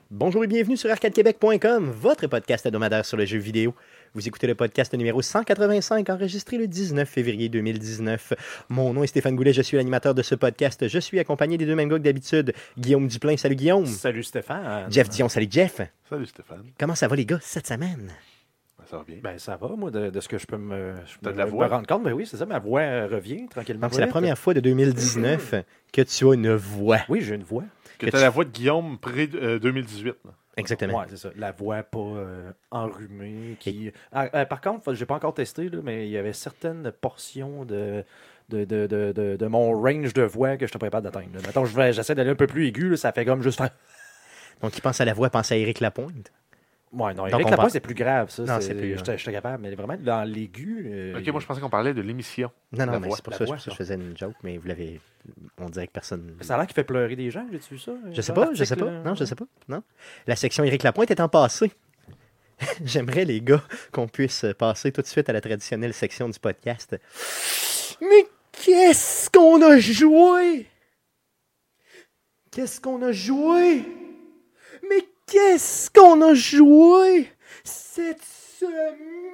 Bonjour et bienvenue sur arcadequebec.com, votre podcast hebdomadaire sur le jeu vidéo. Vous écoutez le podcast numéro 185, enregistré le 19 février 2019. Mon nom est Stéphane Goulet, je suis l'animateur de ce podcast. Je suis accompagné des deux mêmes gars que d'habitude. Guillaume Duplain, salut Guillaume. Salut Stéphane. Jeff Dion, salut Jeff. Salut Stéphane. Comment ça va les gars cette semaine? Ça va bien. Ben ça va, moi, de ce que je peux me rendre compte. Ben oui, c'est ça, ma voix revient tranquillement. Donc c'est la première fois de 2019 que tu as une voix. Oui, j'ai une voix. Que tu as la voix de Guillaume pré-2018. Exactement. Oui, c'est ça. La voix pas enrhumée. Par contre, j'ai pas encore testé, là, mais il y avait certaines portions de mon range de voix que je n'étais pas capable d'atteindre. Mettons, j'essaie d'aller un peu plus aigu, là, ça fait comme juste faire... Donc il pense à la voix, pense à Éric Lapointe. Ouais, non, Donc, Éric Lapointe, c'est plus grave, ça. Non, c'est plus... J'étais capable, mais vraiment, dans l'aigu... Ok, moi je pensais qu'on parlait de l'émission. Non, La mais voix. c'est pour ça que je faisais une joke, mais vous l'avez... On dirait que personne... Ça a l'air qu'il fait pleurer des gens, j'ai-tu vu ça? Je sais pas. Non, je sais pas. Non. La section Éric Lapointe est en passé. J'aimerais, les gars, qu'on puisse passer tout de suite à la traditionnelle section du podcast. Mais qu'est-ce qu'on a joué? Qu'est-ce qu'on a joué? Mais qu'est-ce qu'on a joué cette semaine?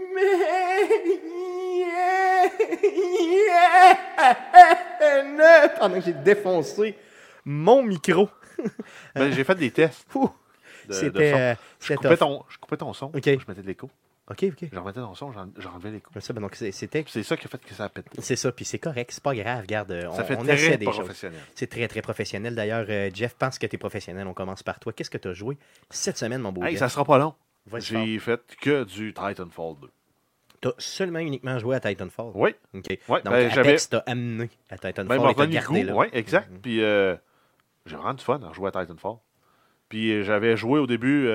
Pendant que j'ai défoncé mon micro. Ben, j'ai fait des tests. Ouh, de c'était son. Je coupais ton son. Ok. Je mettais de l'écho. OK. Je remettais ton son, j'enlevais l'écho. Ça, ben donc c'était... C'est ça qui a fait que ça a pété. C'est ça, puis c'est correct, c'est pas grave, regarde, Ça fait on très essaie des pas choses. professionnel. C'est très, très professionnel. D'ailleurs, Jeff pense que tu es professionnel. On commence par toi. Qu'est-ce que tu as joué cette semaine, mon beau Hey, Jeff? ça sera pas long. Vas-y, J'ai fait que du Titanfall 2. tu as seulement uniquement joué à Titanfall. Oui. OK. Ouais, Donc, ben, Apex t'a amené à Titanfall Ben, et m'a t'a donné le gardé goût. là. Oui, exact. Mhm. Puis j'ai vraiment du fun à jouer à Titanfall. Puis j'avais joué au début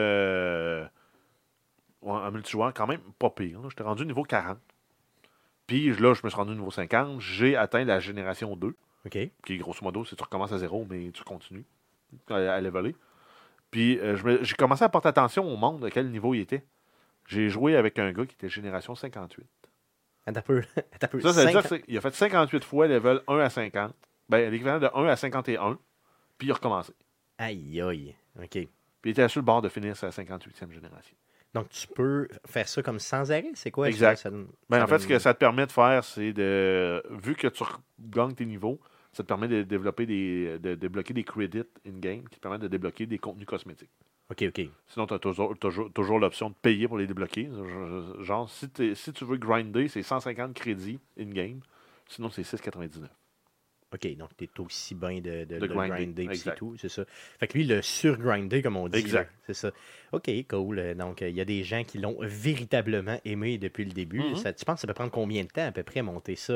en multijoueur quand même pas pire. J'étais rendu niveau 40. Puis là, je me suis rendu niveau 50. J'ai atteint la génération 2, OK. qui grosso modo, c'est tu recommences à zéro, mais tu continues à leveler. Puis j'ai commencé à porter attention au monde, à quel niveau il était. J'ai joué avec un gars qui était génération 58. Attends un peu. Ça veut dire qu'il a fait 58 fois level 1 à 50. Ben, l'équivalent de 1 à 51. Puis il a recommencé. Aïe, aïe. OK. Puis il était sur le bord de finir sa 58e génération. Donc, tu peux faire ça comme sans arrêt? C'est quoi? Exact. Ça donne- Ben, ça en fait, donne- ce que ça te permet de faire, c'est de. Vu que tu gagnes tes niveaux, ça te permet de développer de débloquer des credits in-game qui te permettent de débloquer des contenus cosmétiques. OK. Sinon, tu as toujours l'option de payer pour les débloquer. Genre, si tu veux grinder, c'est 150 crédits in-game. Sinon, c'est 6,99. OK, donc tu es aussi bien de grinder, grinder, puis c'est exact. tout, c'est ça. Fait que lui, il a surgrindé, comme on dit. Exact. là, c'est ça. OK, cool. Donc, il y a des gens qui l'ont véritablement aimé depuis le début. Mhm. Tu penses que ça peut prendre combien de temps, à peu près, monter ça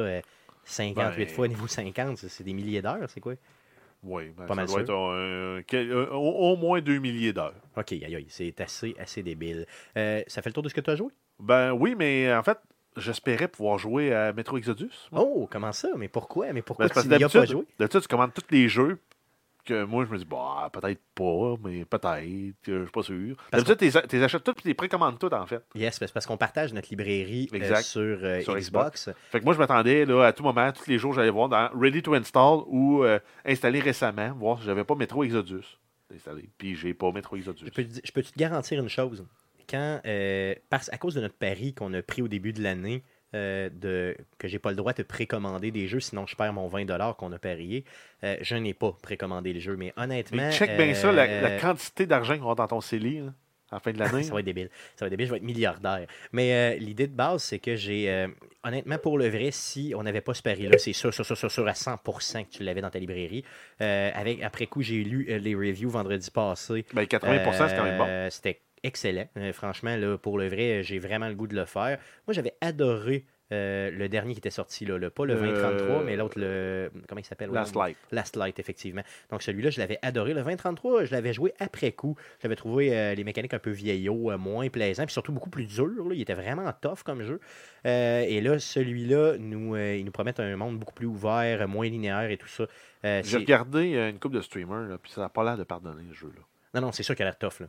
58 Ben- fois niveau 50? C'est des milliers d'heures, c'est quoi? Oui, ben, Pas ça mal doit être au moins 2 milliers d'heures. OK, aïe, c'est assez débile. Ça fait le tour de ce que tu as joué? Ben oui, mais en fait, j'espérais pouvoir jouer à Metro Exodus. moi. Oh, comment ça? Mais pourquoi? Mais pourquoi Ben, c'est parce tu que n'y as pas joué? d'habitude, tu commandes tous les jeux que moi, je me dis, bah, peut-être pas, mais peut-être, je suis pas sûr. Parce D'habitude, tu les achètes toutes et tu les précommandes toutes, en fait. Yes, c'est parce qu'on partage notre librairie Exact. sur, Sur Xbox. Fait que moi, je m'attendais, là, à tout moment, tous les jours, j'allais voir dans Ready to Install ou installé récemment, voir si j'avais pas Metro Exodus installé. Puis j'ai pas Metro Exodus. Je peux te garantir une chose. Quand, à cause de notre pari qu'on a pris au début de l'année, que j'ai pas le droit de précommander des jeux, sinon je perds mon 20$ qu'on a parié, je n'ai pas précommandé le jeu. Mais honnêtement... Mais check bien ça, la quantité d'argent qu'on va avoir dans ton CELI, là, à la fin de l'année. Ça va être débile. Ça va être débile, je vais être milliardaire. Mais l'idée de base, c'est que j'ai... honnêtement, pour le vrai, si on n'avait pas ce pari-là, c'est sûr à 100% que tu l'avais dans ta librairie. Après coup, j'ai lu les reviews vendredi passé. Ben, 80%, c'est quand même bon. C'était excellent. Franchement, là, pour le vrai, j'ai vraiment le goût de le faire. Moi, j'avais adoré le dernier qui était sorti, là, pas le 2033, mais l'autre, comment il s'appelle? Last Light. Last Light, effectivement. Donc celui-là, je l'avais adoré. Le 2033, je l'avais joué après coup. J'avais trouvé les mécaniques un peu vieillots, moins plaisants, puis surtout beaucoup plus durs. Là. Il était vraiment tough comme jeu. Et là, celui-là, il nous promet un monde beaucoup plus ouvert, moins linéaire et tout ça. J'ai regardé une couple de streamers, là, puis ça n'a pas l'air de pardonner, ce jeu-là. Non, c'est sûr qu'il a l'air tough. Là.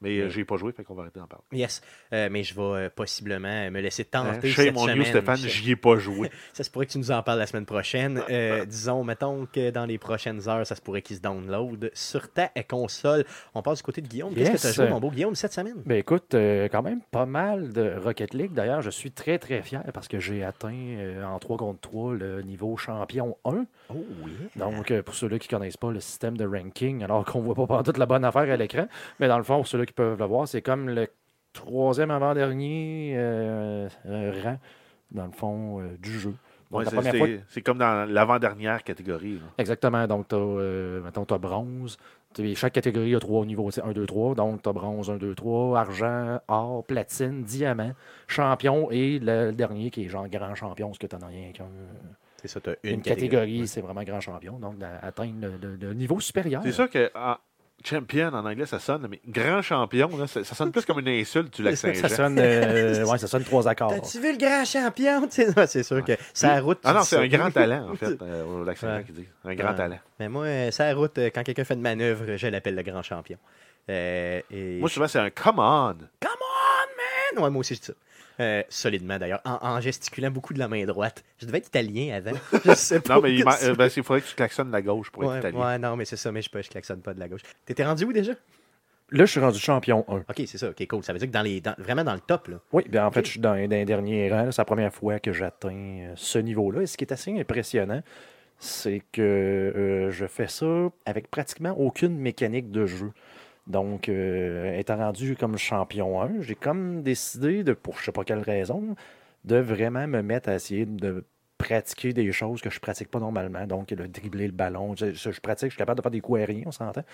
Mais j'ai pas joué, fait qu'on va arrêter d'en parler. Yes. Mais je vais possiblement me laisser tenter Chez cette mon semaine. New Stéphane, j'y ai pas joué. Ça se pourrait que tu nous en parles la semaine prochaine. Disons, mettons que dans les prochaines heures, ça se pourrait qu'il se download sur ta console. On passe du côté de Guillaume. Qu'est-ce que tu as joué, mon beau Guillaume, cette semaine? Ben écoute, quand même pas mal de Rocket League. D'ailleurs, je suis très très fier parce que j'ai atteint en 3 contre 3 le niveau champion 1. Oh oui. Donc, pour ceux-là qui ne connaissent pas le système de ranking, alors qu'on ne voit pas toute la bonne affaire à l'écran, mais dans le fond, pour ceux-là qui peuvent le voir, c'est comme le 3e avant-dernier rang, dans le fond, du jeu. Donc, Ouais, c'est comme dans l'avant-dernière catégorie. Là. Exactement. Donc, mettons, tu as bronze. Chaque catégorie a 3 niveaux. 1, 2, 3. Donc, tu as bronze, 1, 2, 3, argent, or, platine, diamant, champion et le dernier qui est genre grand champion, parce que tu n'en as rien qu'un. C'est ça, tu as Une catégorie, c'est vraiment grand champion. Donc, d'atteindre le niveau supérieur. C'est sûr que champion en anglais, ça sonne, mais grand champion, là, ça sonne plus comme une insulte du lac Saint-Jean. Ça sonne 3 accords. T'as-tu vu le grand champion? C'est sûr que ça route. Ah non, c'est un grand talent, en fait, au lac Saint-Jean qui dit. Un grand talent. Mais moi, ça route, quand quelqu'un fait de manœuvre, je l'appelle le grand champion. Moi, souvent, c'est un come on. Come on, man! Ouais, moi aussi, je dis ça. Solidement d'ailleurs, en gesticulant beaucoup de la main droite. Je devais être italien avant. Je sais pas. Non, mais il faudrait que tu klaxonnes la gauche pour être italien. Ouais, non, mais c'est ça, mais je klaxonne pas de la gauche. T'étais rendu où déjà? Là, je suis rendu champion 1. Ok, c'est ça, ok, cool. Ça veut dire que vraiment dans le top, là. Oui, bien en fait, je suis dans les derniers rangs. C'est la première fois que j'atteins ce niveau-là. Et ce qui est assez impressionnant, c'est que je fais ça avec pratiquement aucune mécanique de jeu. Donc, étant rendu comme champion 1, j'ai comme décidé, pour je sais pas quelle raison, de vraiment me mettre à essayer de pratiquer des choses que je pratique pas normalement. Donc, le dribbler le ballon. Je pratique, je suis capable de faire des coups aériens, on s'entend.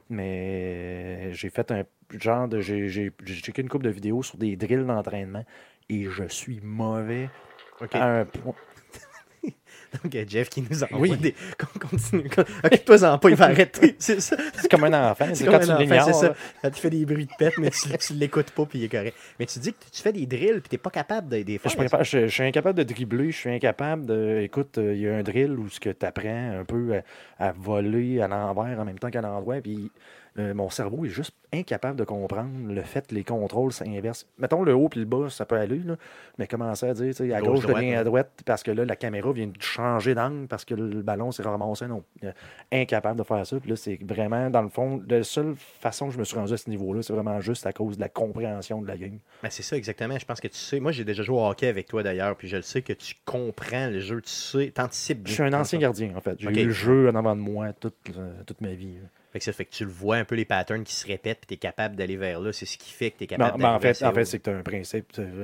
Mais j'ai fait un genre de... J'ai checké une couple de vidéos sur des drills d'entraînement et je suis mauvais à un point. Donc, Jeff qui nous envoie des... Continue. Occupe-toi-en pas, il va arrêter. C'est ça. C'est comme un enfant. C'est comme un enfant, c'est ça. Quand tu fais des bruits de pète, mais tu l'écoutes pas, puis il est correct. Mais tu dis que tu fais des drills, puis tu n'es pas capable de faire. Je suis incapable de dribbler. Je suis incapable de... Écoute, il y a un drill où tu apprends un peu à voler à l'envers en même temps qu'à l'endroit, puis... mon cerveau est juste incapable de comprendre le fait que les contrôles s'inversent. Mettons le haut puis le bas, ça peut aller, là, mais commencer à dire à gauche devient à droite parce que là, la caméra vient de changer d'angle parce que le ballon s'est ramassé. Non, incapable de faire ça. Puis là, c'est vraiment, dans le fond, la seule façon que je me suis rendu à ce niveau-là, c'est vraiment juste à cause de la compréhension de la game. Ben, c'est ça, exactement. Je pense que tu sais. Moi, j'ai déjà joué au hockey avec toi d'ailleurs, puis je le sais que tu comprends le jeu, tu sais, t'anticipes bien. Je suis un ancien gardien, en fait. J'ai eu le jeu en avant de moi toute ma vie. Fait que tu le vois un peu les patterns qui se répètent, puis tu es capable d'aller vers là. C'est ce qui fait que tu es capable d'aller vers en fait, c'est que tu as un principe.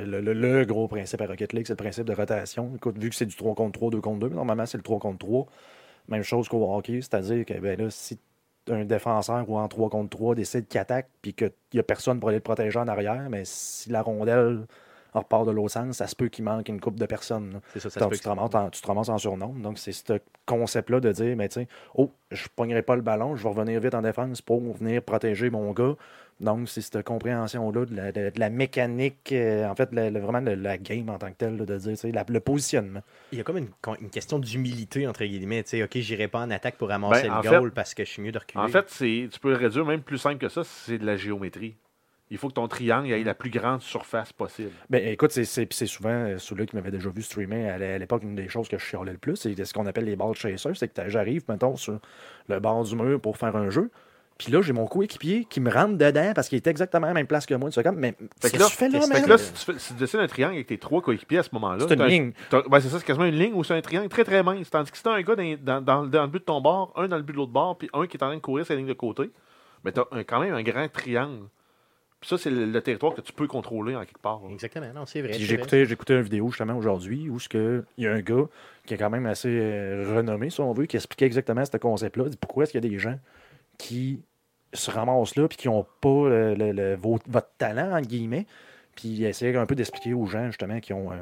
Le gros principe à Rocket League, c'est le principe de rotation. Écoute, vu que c'est du 3 contre 3, 2 contre 2, normalement, c'est le 3 contre 3. Même chose qu'au hockey, c'est-à-dire que ben là, si un défenseur ou en 3 contre 3 décide qu'il attaque, puis qu'il n'y a personne pour aller le protéger en arrière, mais si la rondelle repart de l'autre sens, ça se peut qu'il manque une couple de personnes. Là. C'est ça, donc, tu te ramasses en surnombre. Donc, c'est ce concept-là de dire, mais tiens, je ne pognerai pas le ballon, je vais revenir vite en défense pour venir protéger mon gars. Donc, c'est cette compréhension-là de la mécanique, en fait, vraiment la game en tant que telle, là, de dire, le positionnement. Il y a comme une question d'humilité, entre guillemets. OK, j'irai pas en attaque pour ramasser le goal parce que je suis mieux de reculer. En fait, tu peux le réduire même plus simple que ça, c'est de la géométrie. Il faut que ton triangle ait la plus grande surface possible. Ben, écoute, c'est souvent ceux-là qui m'avaient déjà vu streamer à l'époque, une des choses que je chialais le plus, c'est ce qu'on appelle les ball chasers. C'est que j'arrive, mettons, sur le bord du mur pour faire un jeu. Puis là, j'ai mon coéquipier qui me rentre dedans parce qu'il est exactement à la même place que moi. Tu fais comme, mais qu'est-ce que tu fais là, man? Là, si tu dessines un triangle avec tes 3 coéquipiers à ce moment-là, c'est une ligne. C'est ça, c'est quasiment une ligne ou c'est un triangle très très mince. Tandis que si tu as un gars dans le but de ton bord, un dans le but de l'autre bord, puis un qui est en train de courir sa ligne de côté, mais tu as quand même un grand triangle. Puis ça, c'est le territoire que tu peux contrôler en quelque part. Là. Exactement, non, c'est vrai. J'ai écouté une vidéo justement aujourd'hui où il y a un gars qui est quand même assez renommé, si on veut, qui expliquait exactement ce concept-là. Il dit pourquoi est-ce qu'il y a des gens qui se ramassent là et qui n'ont pas votre talent, entre guillemets. Puis il essayait un peu d'expliquer aux gens justement qui ont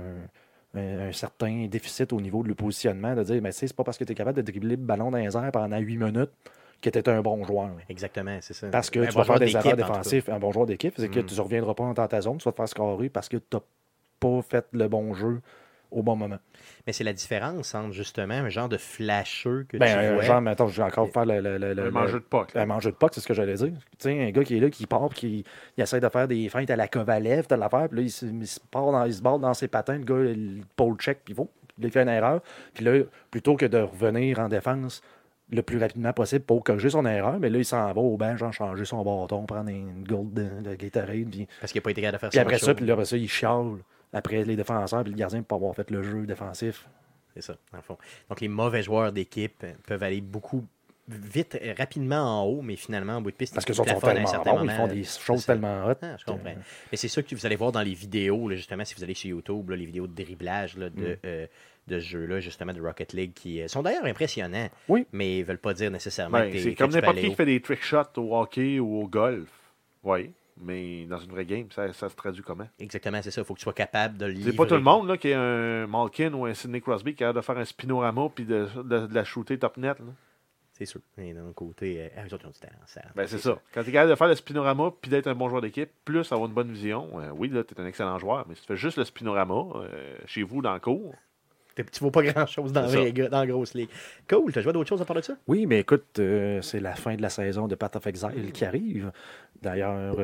un certain déficit au niveau de le positionnement, de dire mais c'est pas parce que tu es capable de dribbler le ballon dans les airs pendant 8 minutes que tu es un bon joueur. Exactement, c'est ça. Parce que tu vas faire des erreurs défensives. Un bon joueur d'équipe, c'est que tu ne reviendras pas dans ta zone, tu vas te faire scorer parce que tu n'as pas fait le bon jeu au bon moment. Mais c'est la différence entre justement un genre de flasheux que tu Ben, vois. genre, mettons, je vais encore faire Un mangeur de POC. un manger de POC, c'est ce que j'allais dire. Tu sais, un gars qui est là, qui part, qui il essaie de faire des feintes à la Kovalev, de l'affaire, puis là, il se barre dans ses patins, le gars, il pole check, puis il fait une erreur. Puis là, plutôt que de revenir en défense le plus rapidement possible pour corriger son erreur, mais là, il s'en va au banc, genre changer son bâton, prendre une gourde de Gatorade, puis Parce qu'il n'a pas été capable de faire puis ça. après ça, puis là, après ça, il chiale après les défenseurs, puis le gardien pour pas avoir fait le jeu défensif. C'est ça, dans le fond. Donc, les mauvais joueurs d'équipe peuvent aller beaucoup vite, rapidement en haut, mais finalement, en bout de piste, Parce que ils sont plafonnent à un tellement certain bons, moment. ils font des choses C'est ça. tellement hot. Ah, je comprends. Mais c'est ça que vous allez voir dans les vidéos, là, justement, si vous allez sur YouTube, là, les vidéos de dribblage là, de ce jeu-là, justement, de Rocket League, qui sont d'ailleurs impressionnants, Oui. mais ils ne veulent pas dire nécessairement que C'est que comme tu peux n'importe aller qui haut. qui fait des trick shots au hockey ou au golf. Oui, mais dans une vraie game, ça se traduit comment? Exactement, c'est ça. Il faut que tu sois capable de le livrer. C'est pas tout le monde là, qui est un Malkin ou un Sidney Crosby qui a de faire un spinorama puis de la shooter top net. Là. C'est sûr. Et d'un côté, eux autres, ils ont du talent. Ben, c'est ça. Quand tu es capable de faire le spinorama puis d'être un bon joueur d'équipe, plus avoir une bonne vision, oui, là, tu es un excellent joueur, mais si tu fais juste le spinorama chez vous dans le cours, Tu vaux pas grand-chose dans, C'est dans la grosse ligue. Cool. Tu as joué à d'autres choses à part de ça? Oui, mais écoute, c'est la fin de la saison de Path of Exile qui arrive. D'ailleurs,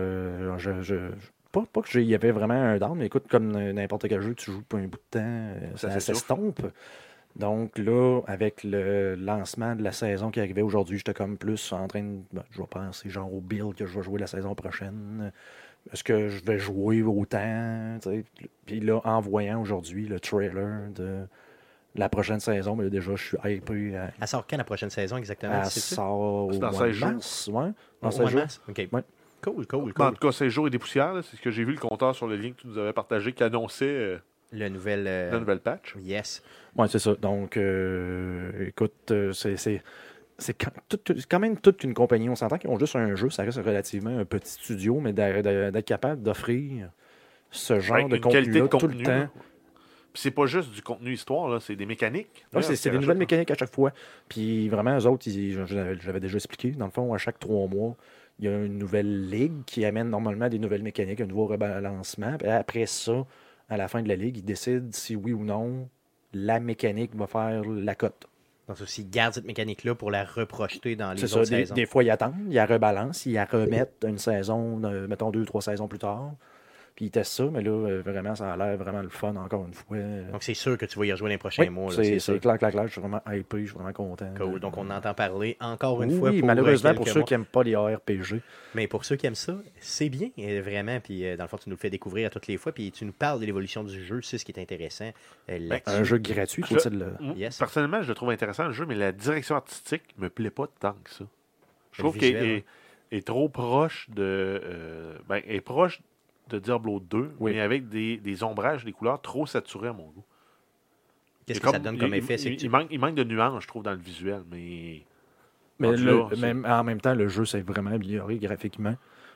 pas que il y avait vraiment un down, mais écoute, comme n'importe quel jeu que tu joues pour un bout de temps, ça s'estompe. Donc là, avec le lancement de la saison qui arrivait aujourd'hui, j'étais comme plus en train de... je vais penser genre au build que je vais jouer la saison prochaine. Est-ce que je vais jouer autant? T'sais? Puis là, en voyant aujourd'hui le trailer de la prochaine saison, mais là, déjà, je suis hypé. Elle sort quand la prochaine saison exactement? Elle sort au C'est dans mois de 16 jours. mars. Ouais, dans Au 16 mois de jours. mars? OK. Ouais. Cool. en tout cas, 16 jours et des poussières, là, c'est ce que j'ai vu le compteur sur le lien que tu nous avais partagé qui annonçait Le nouvel... la nouvelle patch. Yes. Oui, c'est ça. Donc, écoute, c'est quand même toute une compagnie. On s'entend qu'ils ont juste un jeu. Ça reste relativement un petit studio, mais d'être capable d'offrir ce genre de une qualité contenu-là de tout contenu. le temps. Là. Puis c'est pas juste du contenu histoire, là, c'est des mécaniques. Ouais, c'est des nouvelles mécaniques à chaque fois. Puis vraiment, eux autres, j'avais déjà expliqué, dans le fond, à chaque 3 mois, il y a une nouvelle ligue qui amène normalement des nouvelles mécaniques, un nouveau rebalancement. Puis après ça, à la fin de la ligue, ils décident si oui ou non la mécanique va faire la cote. Donc, aussi, garde cette mécanique-là pour la reprojeter dans les C'est autres ça, saisons. des fois, ils attendent, ils la rebalancent, ils la remettent une saison, mettons 2-3 saisons plus tard. Puis ils testent ça, mais là, vraiment, ça a l'air vraiment le fun, encore une fois. Donc, c'est sûr que tu vas y rejouer les prochains Oui, mois. Là, c'est sûr. clair. Je suis vraiment hypé, je suis vraiment content. Cool. Donc, on entend parler encore une fois. Oui, Pour malheureusement, pour quelques ceux mois. qui n'aiment pas les ARPG. Mais pour ceux qui aiment ça, c'est bien, vraiment. Puis, dans le fond, tu nous le fais découvrir à toutes les fois. Puis, tu nous parles de l'évolution du jeu. C'est ce qui est intéressant là-dessus. Un jeu gratuit, faut-il le... Yes. Personnellement, je le trouve intéressant le jeu, mais la direction artistique me plaît pas tant que ça. Je Le trouve qu'elle visuel, est trop proche de. Est proche de Diablo 2, Oui. mais avec des ombrages, des couleurs trop saturées à mon goût. Qu'est-ce Et que ça donne comme effet? Il manque de nuances, je trouve, dans le visuel, mais. Mais rendu là, c'est- même, en même temps, le jeu s'est vraiment amélioré graphiquement.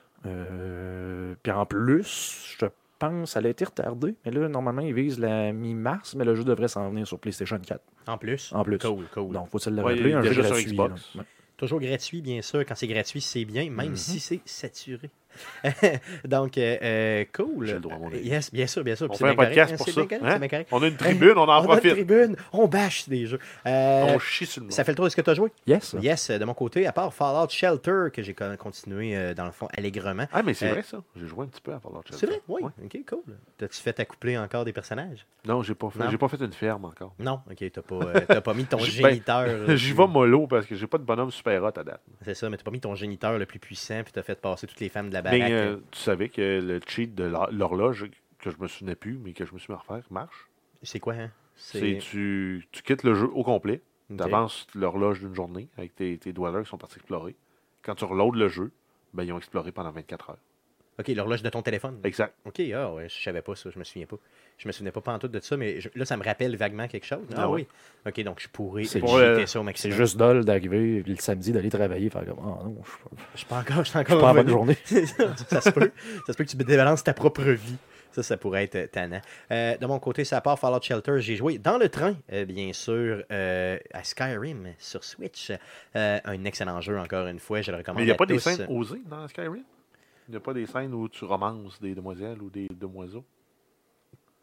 Puis en plus, je pense, ça a été retardé. Mais là, normalement, ils visent la mi-mars, mais le jeu devrait s'en venir sur PlayStation 4. En plus? En plus. Cool. Donc, faut-il le Ouais, rappeler, un jeu déjà sur gratuit. Xbox. là. Ouais. Toujours gratuit, bien sûr. Quand c'est gratuit, c'est bien, même si c'est saturé. Donc, cool. J'ai le droit, mon ami. Yes, bien sûr. On Puis fait c'est un bien podcast correct, pour c'est ça. bien correct, hein? c'est bien correct. On a une tribune, on en On a une profite. tribune, on bâche des jeux. On chie sur le monde. Ça fait le tour de ce que tu as joué? Yes. Yes, de mon côté, à part Fallout Shelter, que j'ai quand même continué, dans le fond, allègrement. Ah, mais c'est Euh, vrai, ça. J'ai joué un petit peu à Fallout Shelter. C'est vrai? Oui. Ouais. OK, cool. T'as-tu fait accoupler encore des personnages? Non, j'ai pas fait. Non. J'ai pas fait une ferme encore. Non. OK, t'as pas mis ton Ben, géniteur. J'y vais mollo parce que j'ai pas de bonhomme super hot à date. C'est ça, mais t'as pas mis ton géniteur le plus puissant, puis t'as fait passer toutes les femmes de la baraque. Mais tu savais que le cheat de l'horloge, que je me souvenais plus, mais que je me suis mis à refaire, marche. C'est quoi, hein? C'est tu quittes le jeu au complet, OK. tu avances l'horloge d'une journée avec tes dwellers qui sont partis explorer. Quand tu reloads le jeu, ben, ils ont exploré pendant 24 heures. OK, l'horloge de ton téléphone. Exact. OK, ah ouais, je savais pas ça, je me souviens pas. Je me souvenais pas pantoute de ça, mais là, ça me rappelle vaguement quelque chose. Ah oui. OK, donc je pourrais C'est pour, cheater ça au C'est maximum. juste dole d'arriver le samedi, d'aller travailler, faire comme ah non, Je suis pas encore, je suis pas en bonne revenu. journée. ça se peut. Ça se peut que tu débalances ta propre vie. Ça pourrait être tannant. De mon côté, ça part Fallout Shelter. J'ai joué dans le train, bien sûr, à Skyrim sur Switch. Un excellent jeu, encore une fois. Je le recommande Mais il n'y a à pas des tous. scènes osées dans Skyrim? Il n'y a pas des scènes où tu romances des demoiselles ou des demoiselles?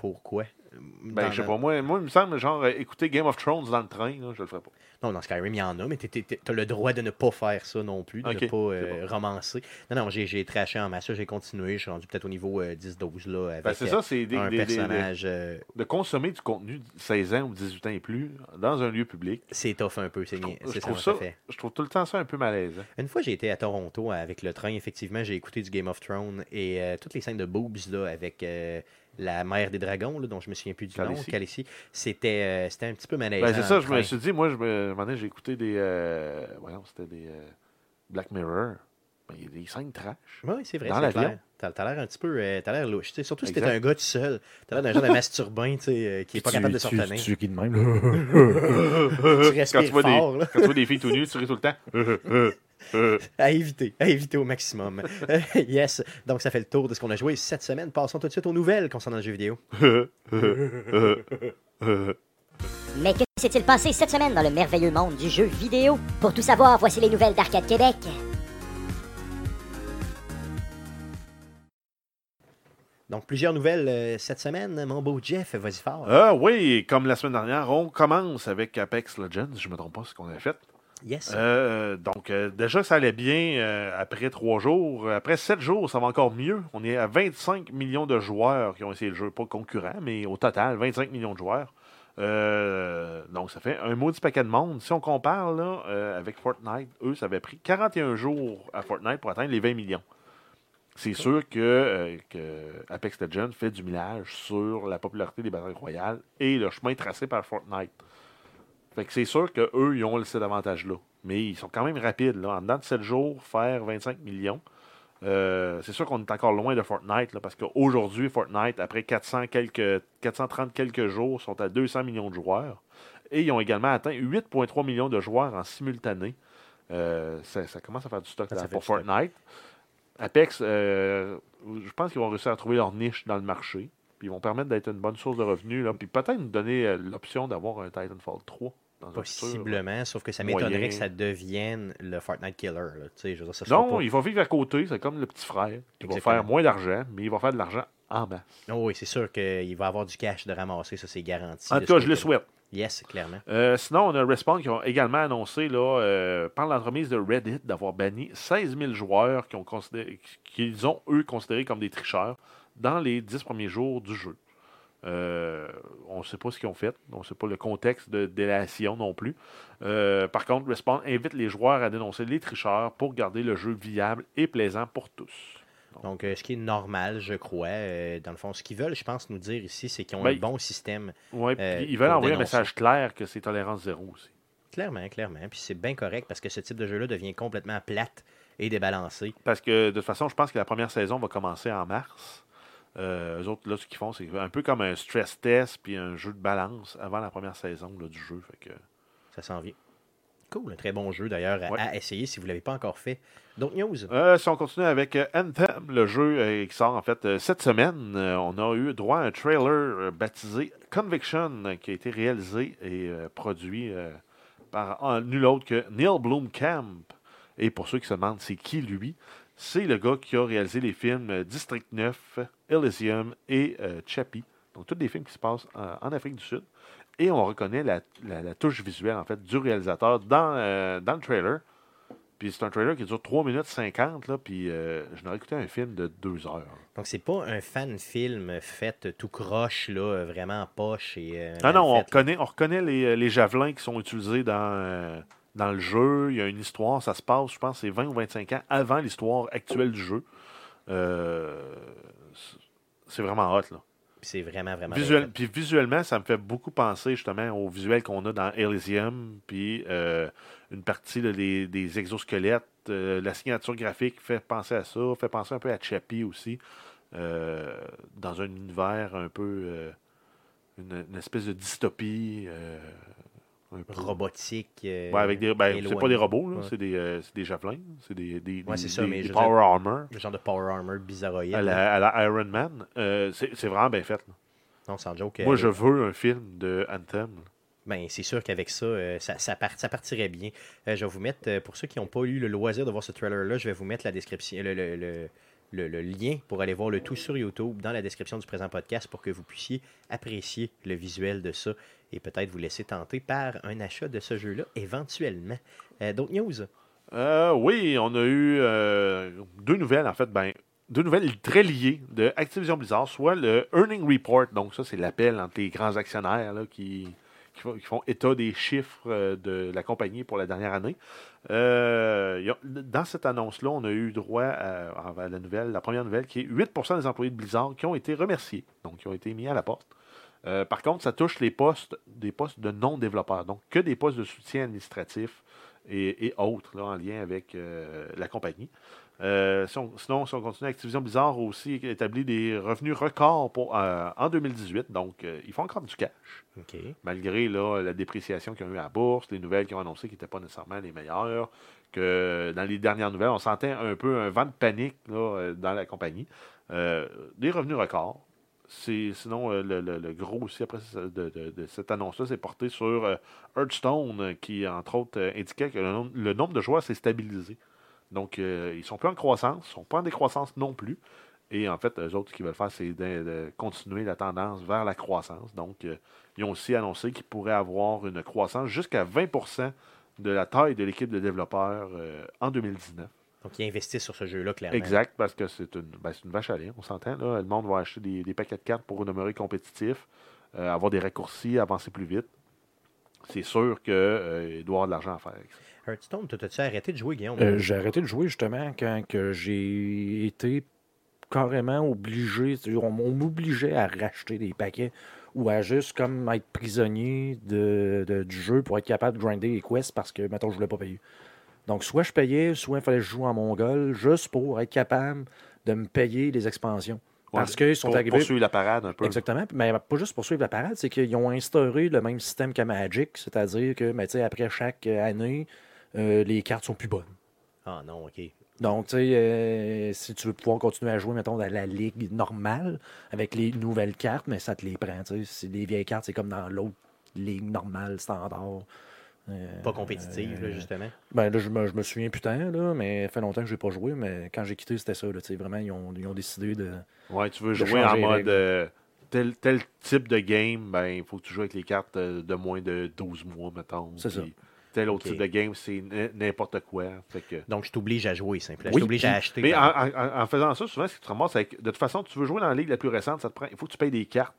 pourquoi? Ben, je sais pas. Moi, il me semble, genre, écouter Game of Thrones dans le train, là, je le ferais pas. Non, dans Skyrim, il y en a, mais t'as le droit de ne pas faire ça non plus, de Ok, ne pas c'est bon. romancer. Non, j'ai trashé en masse, j'ai continué, je suis rendu peut-être au niveau 10-12 là, avec Ben, c'est ça, c'est un personnage. de consommer du contenu de 16 ans ou 18 ans et plus dans un lieu public. C'est tough un peu, c'est Je ça, trouve ça ça, fait. je trouve tout le temps ça un peu malaisant. Une fois, j'ai été à Toronto avec le train, effectivement, j'ai écouté du Game of Thrones et toutes les scènes de boobs là, avec la mère des dragons, là, dont je me souviens plus du nom, Khaleesi. Khaleesi, c'était un petit peu malaisant. Ben, c'est dans ça, le je me train. suis dit, moi, un moment donné, j'ai écouté des. Voyons, c'était des Black Mirror. Ben, il y a des scènes trash. Oui, c'est vrai, Dans c'est l'avion. clair. T'as l'air un petit peu. T'as l'air louche. Tu sais, surtout si t'es Exact. un gars tout seul. T'as l'air d'un genre de masturbin qui est pas capable de se retenir. Tu qui de même. Tu respires tu vois fort, là. quand tu vois des filles tout nues, tu ris tout le temps. À éviter au maximum. Yes. Donc, ça fait le tour de ce qu'on a joué cette semaine. Passons tout de suite aux nouvelles concernant le jeu vidéo. Mais que s'est-il passé cette semaine dans le merveilleux monde du jeu vidéo? Pour tout savoir, voici les nouvelles d'Arcade Québec. Donc, plusieurs nouvelles cette semaine. Mon beau Jeff, vas-y fort. Oui, comme la semaine dernière, on commence avec Apex Legends. Je me trompe pas ce qu'on a fait. Yes. Déjà, ça allait bien après 3 jours. Après 7 jours, ça va encore mieux. On est à 25 millions de joueurs qui ont essayé le jeu. Pas concurrents, mais au total, 25 millions de joueurs. Donc, ça fait un maudit paquet de monde. Si on compare là, avec Fortnite, eux, ça avait pris 41 jours à Fortnite pour atteindre les 20 millions. C'est sûr que Apex Legends fait du millage sur la popularité des batailles royales et le chemin tracé par Fortnite. Fait que c'est sûr qu'eux, ils ont cet avantage-là. Mais ils sont quand même rapides. Là. En dedans de 7 jours, faire 25 millions. C'est sûr qu'on est encore loin de Fortnite, là, parce qu'aujourd'hui, Fortnite, après 430 quelques jours, sont à 200 millions de joueurs. Et ils ont également atteint 8,3 millions de joueurs en simultané. Ça commence à faire du stock Ça là, fait pour du stock. Fortnite. Apex, je pense qu'ils vont réussir à trouver leur niche dans le marché. Puis ils vont permettre d'être une bonne source de revenus. Là, puis peut-être nous donner l'option d'avoir un Titanfall 3 dans un futur. Possiblement, sauf que ça moyen. m'étonnerait que ça devienne le Fortnite Killer. Là. Tu sais, je veux dire, ça sera Non, pas... il va vivre à côté. C'est comme le petit frère. Il va Exactement. faire moins d'argent, mais il va faire de l'argent en masse. Oh oui, c'est sûr qu'il va avoir du cash de ramasser, ça c'est garanti. En de tout ce cas, je le côté-là. souhaite. Yes, clairement. Sinon, on a Respawn qui ont également annoncé là, par l'entremise de Reddit d'avoir banni 16 000 joueurs qu'ils ont, eux, considérés comme des tricheurs dans les 10 premiers jours du jeu. On ne sait pas ce qu'ils ont fait. On ne sait pas le contexte de délation non plus. Par contre, Respawn invite les joueurs à dénoncer les tricheurs pour garder le jeu viable et plaisant pour tous. Donc, ce qui est normal, je crois. Dans le fond, ce qu'ils veulent, je pense, nous dire ici, c'est qu'ils ont Ben, un bon système. Ouais, Euh, puis ils veulent pour envoyer un dénoncer. message clair que c'est tolérance zéro aussi. Clairement. Puis c'est bien correct parce que ce type de jeu-là devient complètement plate et débalancé. Parce que de toute façon, je pense que la première saison va commencer en mars. Eux autres, là, ce qu'ils font, c'est un peu comme un stress test puis un jeu de balance avant la première saison là, du jeu. Fait que... Ça s'en vient. Cool, un très bon jeu d'ailleurs Ouais. à essayer si vous ne l'avez pas encore fait. D'autres news? Si on continue avec Anthem, le jeu qui sort en fait cette semaine, on a eu droit à un trailer baptisé Conviction qui a été réalisé et produit par nul autre que Neil Blomkamp. Et pour ceux qui se demandent c'est qui lui, c'est le gars qui a réalisé les films District 9, Elysium et Chappie. Donc tous des films qui se passent en Afrique du Sud. Et on reconnaît la touche visuelle en fait du réalisateur dans le trailer. Puis c'est un trailer qui dure 3 minutes 50, là, puis je n'aurais écouté un film de 2 heures. Donc, c'est pas un fan-film fait tout croche, là, vraiment en poche. Et, Ah non, mal fait, là. on reconnaît les javelins qui sont utilisés dans le jeu. Il y a une histoire, ça se passe, je pense, c'est 20 ou 25 ans avant l'histoire actuelle du jeu. C'est vraiment hot, là. Puis c'est vraiment bien fait. Puis visuellement, ça me fait beaucoup penser justement au visuel qu'on a dans Elysium, puis une partie là, des exosquelettes, la signature graphique fait penser à ça, fait penser un peu à Chappie aussi, dans un univers un peu, une espèce de dystopie. Un peu. Robotique. Ouais, avec c'est pas éloigné. des robots, là, Ouais. c'est des javelins, c'est des Ouais, c'est ça, mais des je veux power dire, armor Le genre de power armor bizarroïde. à la Iron Man. C'est vraiment bien fait. Là. Non, sans joke. Moi, je veux un film de Anthem. Là. Ben, c'est sûr qu'avec ça, ça partirait bien. Je vais vous mettre, pour ceux qui n'ont pas eu le loisir de voir ce trailer-là, je vais vous mettre la description, le lien pour aller voir le tout sur YouTube dans la description du présent podcast pour que vous puissiez apprécier le visuel de ça et peut-être vous laisser tenter par un achat de ce jeu-là éventuellement. D'autres news? Oui, on a eu 2 nouvelles, en fait. Deux nouvelles très liées de Activision Blizzard, soit le Earning Report, donc ça, c'est l'appel entre les grands actionnaires là, qui font état des chiffres de la compagnie pour la dernière année. Dans cette annonce-là, on a eu droit à la première nouvelle, qui est 8% des employés de Blizzard qui ont été remerciés, donc qui ont été mis à la porte. Par contre, ça touche des postes de non-développeurs, donc que des postes de soutien administratif et autres là, en lien avec la compagnie. Sinon, si on continue, Activision Blizzard a aussi établi des revenus records en 2018. Donc, ils font encore du cash. Okay. Malgré là, la dépréciation qu'ils ont eu à la bourse, les nouvelles qu'ils ont annoncées qui n'étaient pas nécessairement les meilleures. Que dans les dernières nouvelles, on sentait un peu un vent de panique là, dans la compagnie. Des revenus records. Sinon, le gros aussi après de cette annonce-là, c'est porté sur Hearthstone, qui, entre autres, indiquait que le nombre de joueurs s'est stabilisé. Donc, ils ne sont plus en croissance, ils ne sont pas en décroissance non plus. Et en fait, eux autres, ce qu'ils veulent faire, c'est de continuer la tendance vers la croissance. Donc, ils ont aussi annoncé qu'ils pourraient avoir une croissance jusqu'à 20% de la taille de l'équipe de développeurs en 2019. Donc, ils investissent sur ce jeu-là, clairement. Exact, parce que c'est une vache à lait, on s'entend. Là. Le monde va acheter des paquets de cartes pour demeurer compétitif, avoir des raccourcis, avancer plus vite. C'est sûr qu'il doit y avoir de l'argent à faire avec ça. Hearthstone, t'as-tu arrêté de jouer, Guillaume? J'ai arrêté de jouer justement quand que j'ai été carrément obligé, on m'obligeait à racheter des paquets ou à juste comme être prisonnier du jeu pour être capable de grinder les quests parce que, mettons, je voulais pas payer. Donc, soit je payais, soit il fallait que je joue en mongol juste pour être capable de me payer les expansions. Parce qu'ils sont arrivés. Poursuivre la parade un peu. Exactement. Mais pas juste poursuivre la parade, c'est qu'ils ont instauré le même système que Magic, c'est-à-dire que, après chaque année, les cartes sont plus bonnes. Ah non, OK. Donc, tu sais, si tu veux pouvoir continuer à jouer, mettons, dans la ligue normale, avec les nouvelles cartes, mais ça te les prend. Tu sais, si les vieilles cartes, c'est comme dans l'autre ligue normale, standard. Pas compétitive, là, justement. Ben là, je me souviens putain, là, mais ça fait longtemps que je n'ai pas joué, mais quand j'ai quitté, c'était ça. Là, vraiment, ils ont décidé de. Ouais, tu veux jouer en mode tel type de game, ben il faut que tu joues avec les cartes de moins de 12 mois, mettons. C'est ça. Tel autre type de game, c'est n'importe quoi. Fait que... Donc, je t'oblige à jouer, simplement. Oui, je t'oblige à acheter. Mais en faisant ça, souvent, ce que tu te ramasses, c'est que de toute façon, tu veux jouer dans la ligue la plus récente, il faut que tu payes des cartes,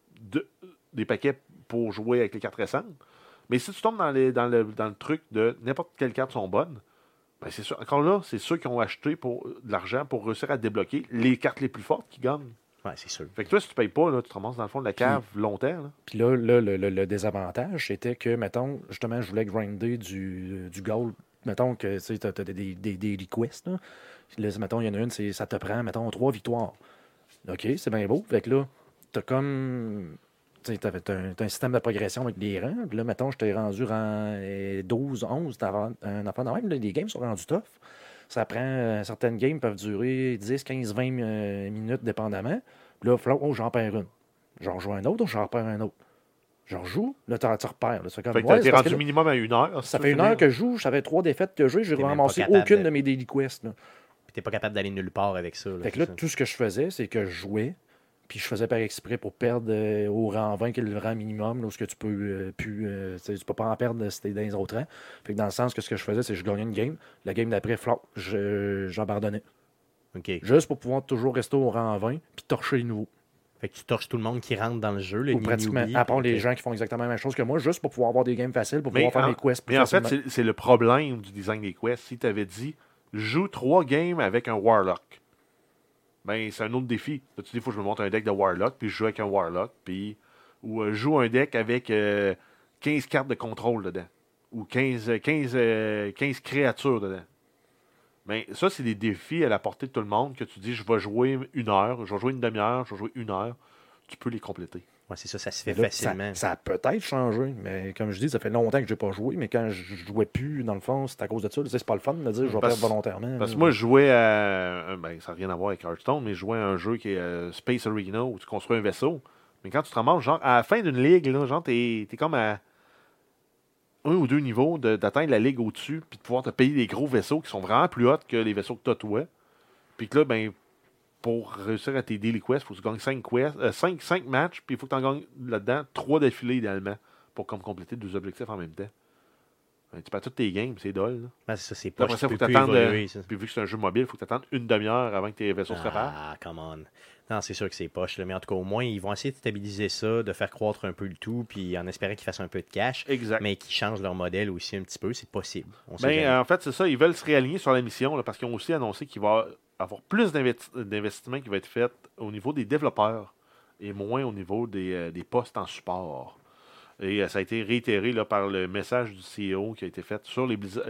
des paquets pour jouer avec les cartes récentes. Mais si tu tombes dans le truc de n'importe quelles cartes sont bonnes, ben c'est sûr, encore là, c'est ceux qui ont acheté de l'argent pour réussir à débloquer les cartes les plus fortes qui gagnent. Ouais, c'est sûr. Fait que toi, si tu payes pas, là, tu te ramasses dans le fond de la cave longtemps. Là. Puis là, le désavantage, c'était que, mettons, justement, je voulais grinder du gold. Mettons que tu as des requests. Là, mettons, il y en a une, ça te prend, mettons, 3 victoires. OK, c'est bien beau. Fait que là, t'as comme. Tu as un système de progression avec des rangs. Puis là, mettons, je t'ai rendu rang 12, 11, un enfant de même. Là, les games sont rendus tough. Ça prend. Certaines games peuvent durer 10, 15, 20 minutes dépendamment. Puis là, j'en perds une. J'en joue un autre, j'en perds un autre. J'en joue, là, tu repères. Là, fait que t'es rendu minimum à 1 heure. Ça fait 1 heure que je joue, j'avais 3 défaites que je joue, j'ai ramassé aucune de mes daily quests. Là. Puis t'es pas capable d'aller nulle part avec ça. Là, fait que là, tout ce que je faisais, c'est que je jouais, puis je faisais par exprès pour perdre au rang 20, qui est le rang minimum, là, où tu peux tu peux pas en perdre si t'es dans les autres rangs. Fait que dans le sens que ce que je faisais, c'est que je gagnais une game. La game d'après, j'abandonnais. OK. Juste pour pouvoir toujours rester au rang 20, puis torcher les nouveaux. Fait que tu torches tout le monde qui rentre dans le jeu, Ou pratiquement, à part les gens qui font exactement la même chose que moi, juste pour pouvoir avoir des games faciles, pour pouvoir faire mes quests plus facilement. Mais en fait, c'est le problème du design des quests. Si tu avais dit, joue 3 games avec un Warlock, ben c'est un autre défi. Là, tu dis, il faut que je me monte un deck de Warlock, puis je joue avec un Warlock, puis ou joue un deck avec 15 cartes de contrôle dedans, ou 15 créatures dedans. Mais ça, c'est des défis à la portée de tout le monde que tu dis, je vais jouer 1 heure, je vais jouer une demi-heure, je vais jouer 1 heure. Tu peux les compléter. Ouais, c'est ça, ça se fait là, facilement. Ça a peut-être changé, mais comme je dis, ça fait longtemps que je n'ai pas joué, mais quand je jouais plus, dans le fond, c'est à cause de ça. C'est pas le fun de me dire je vais perdre volontairement. Parce que moi, je jouais à. Ça n'a rien à voir avec Hearthstone, mais je jouais à un jeu qui est Space Arena où tu construis un vaisseau. Mais quand tu te ramasses, genre, à la fin d'une ligue, là, genre, t'es comme à 1 ou 2 niveaux d'atteindre la ligue au-dessus, puis de pouvoir te payer des gros vaisseaux qui sont vraiment plus hauts que les vaisseaux que tu as toi. Puis que là, ben, pour réussir à tes daily quests, il faut que tu gagnes 5 matchs, puis il faut que tu en gagnes là-dedans 3 d'affilée idéalement pour comme compléter 2 objectifs en même temps. Tu perds toutes tes games, c'est dole. Là. Ben, ça, c'est Puis pas après ça, il faut que tu tu peux attendes. plus évoluer, ça. Puis vu que c'est un jeu mobile, il faut que tu attendes une demi-heure avant que tes vaisseaux se réparent. Ah, come on. Non, c'est sûr que c'est poche, là, mais en tout cas, au moins, ils vont essayer de stabiliser ça, de faire croître un peu le tout, puis en espérant qu'ils fassent un peu de cash, Exact. mais qu'ils changent leur modèle aussi un petit peu, c'est possible. On sait Ben, jamais. en fait, c'est ça. Ils veulent se réaligner sur la mission là, parce qu'ils ont aussi annoncé qu'il va y avoir plus d'investissement qui va être fait au niveau des développeurs et moins au niveau des postes en support. Et ça a été réitéré là, par le message du CEO qui a été fait sur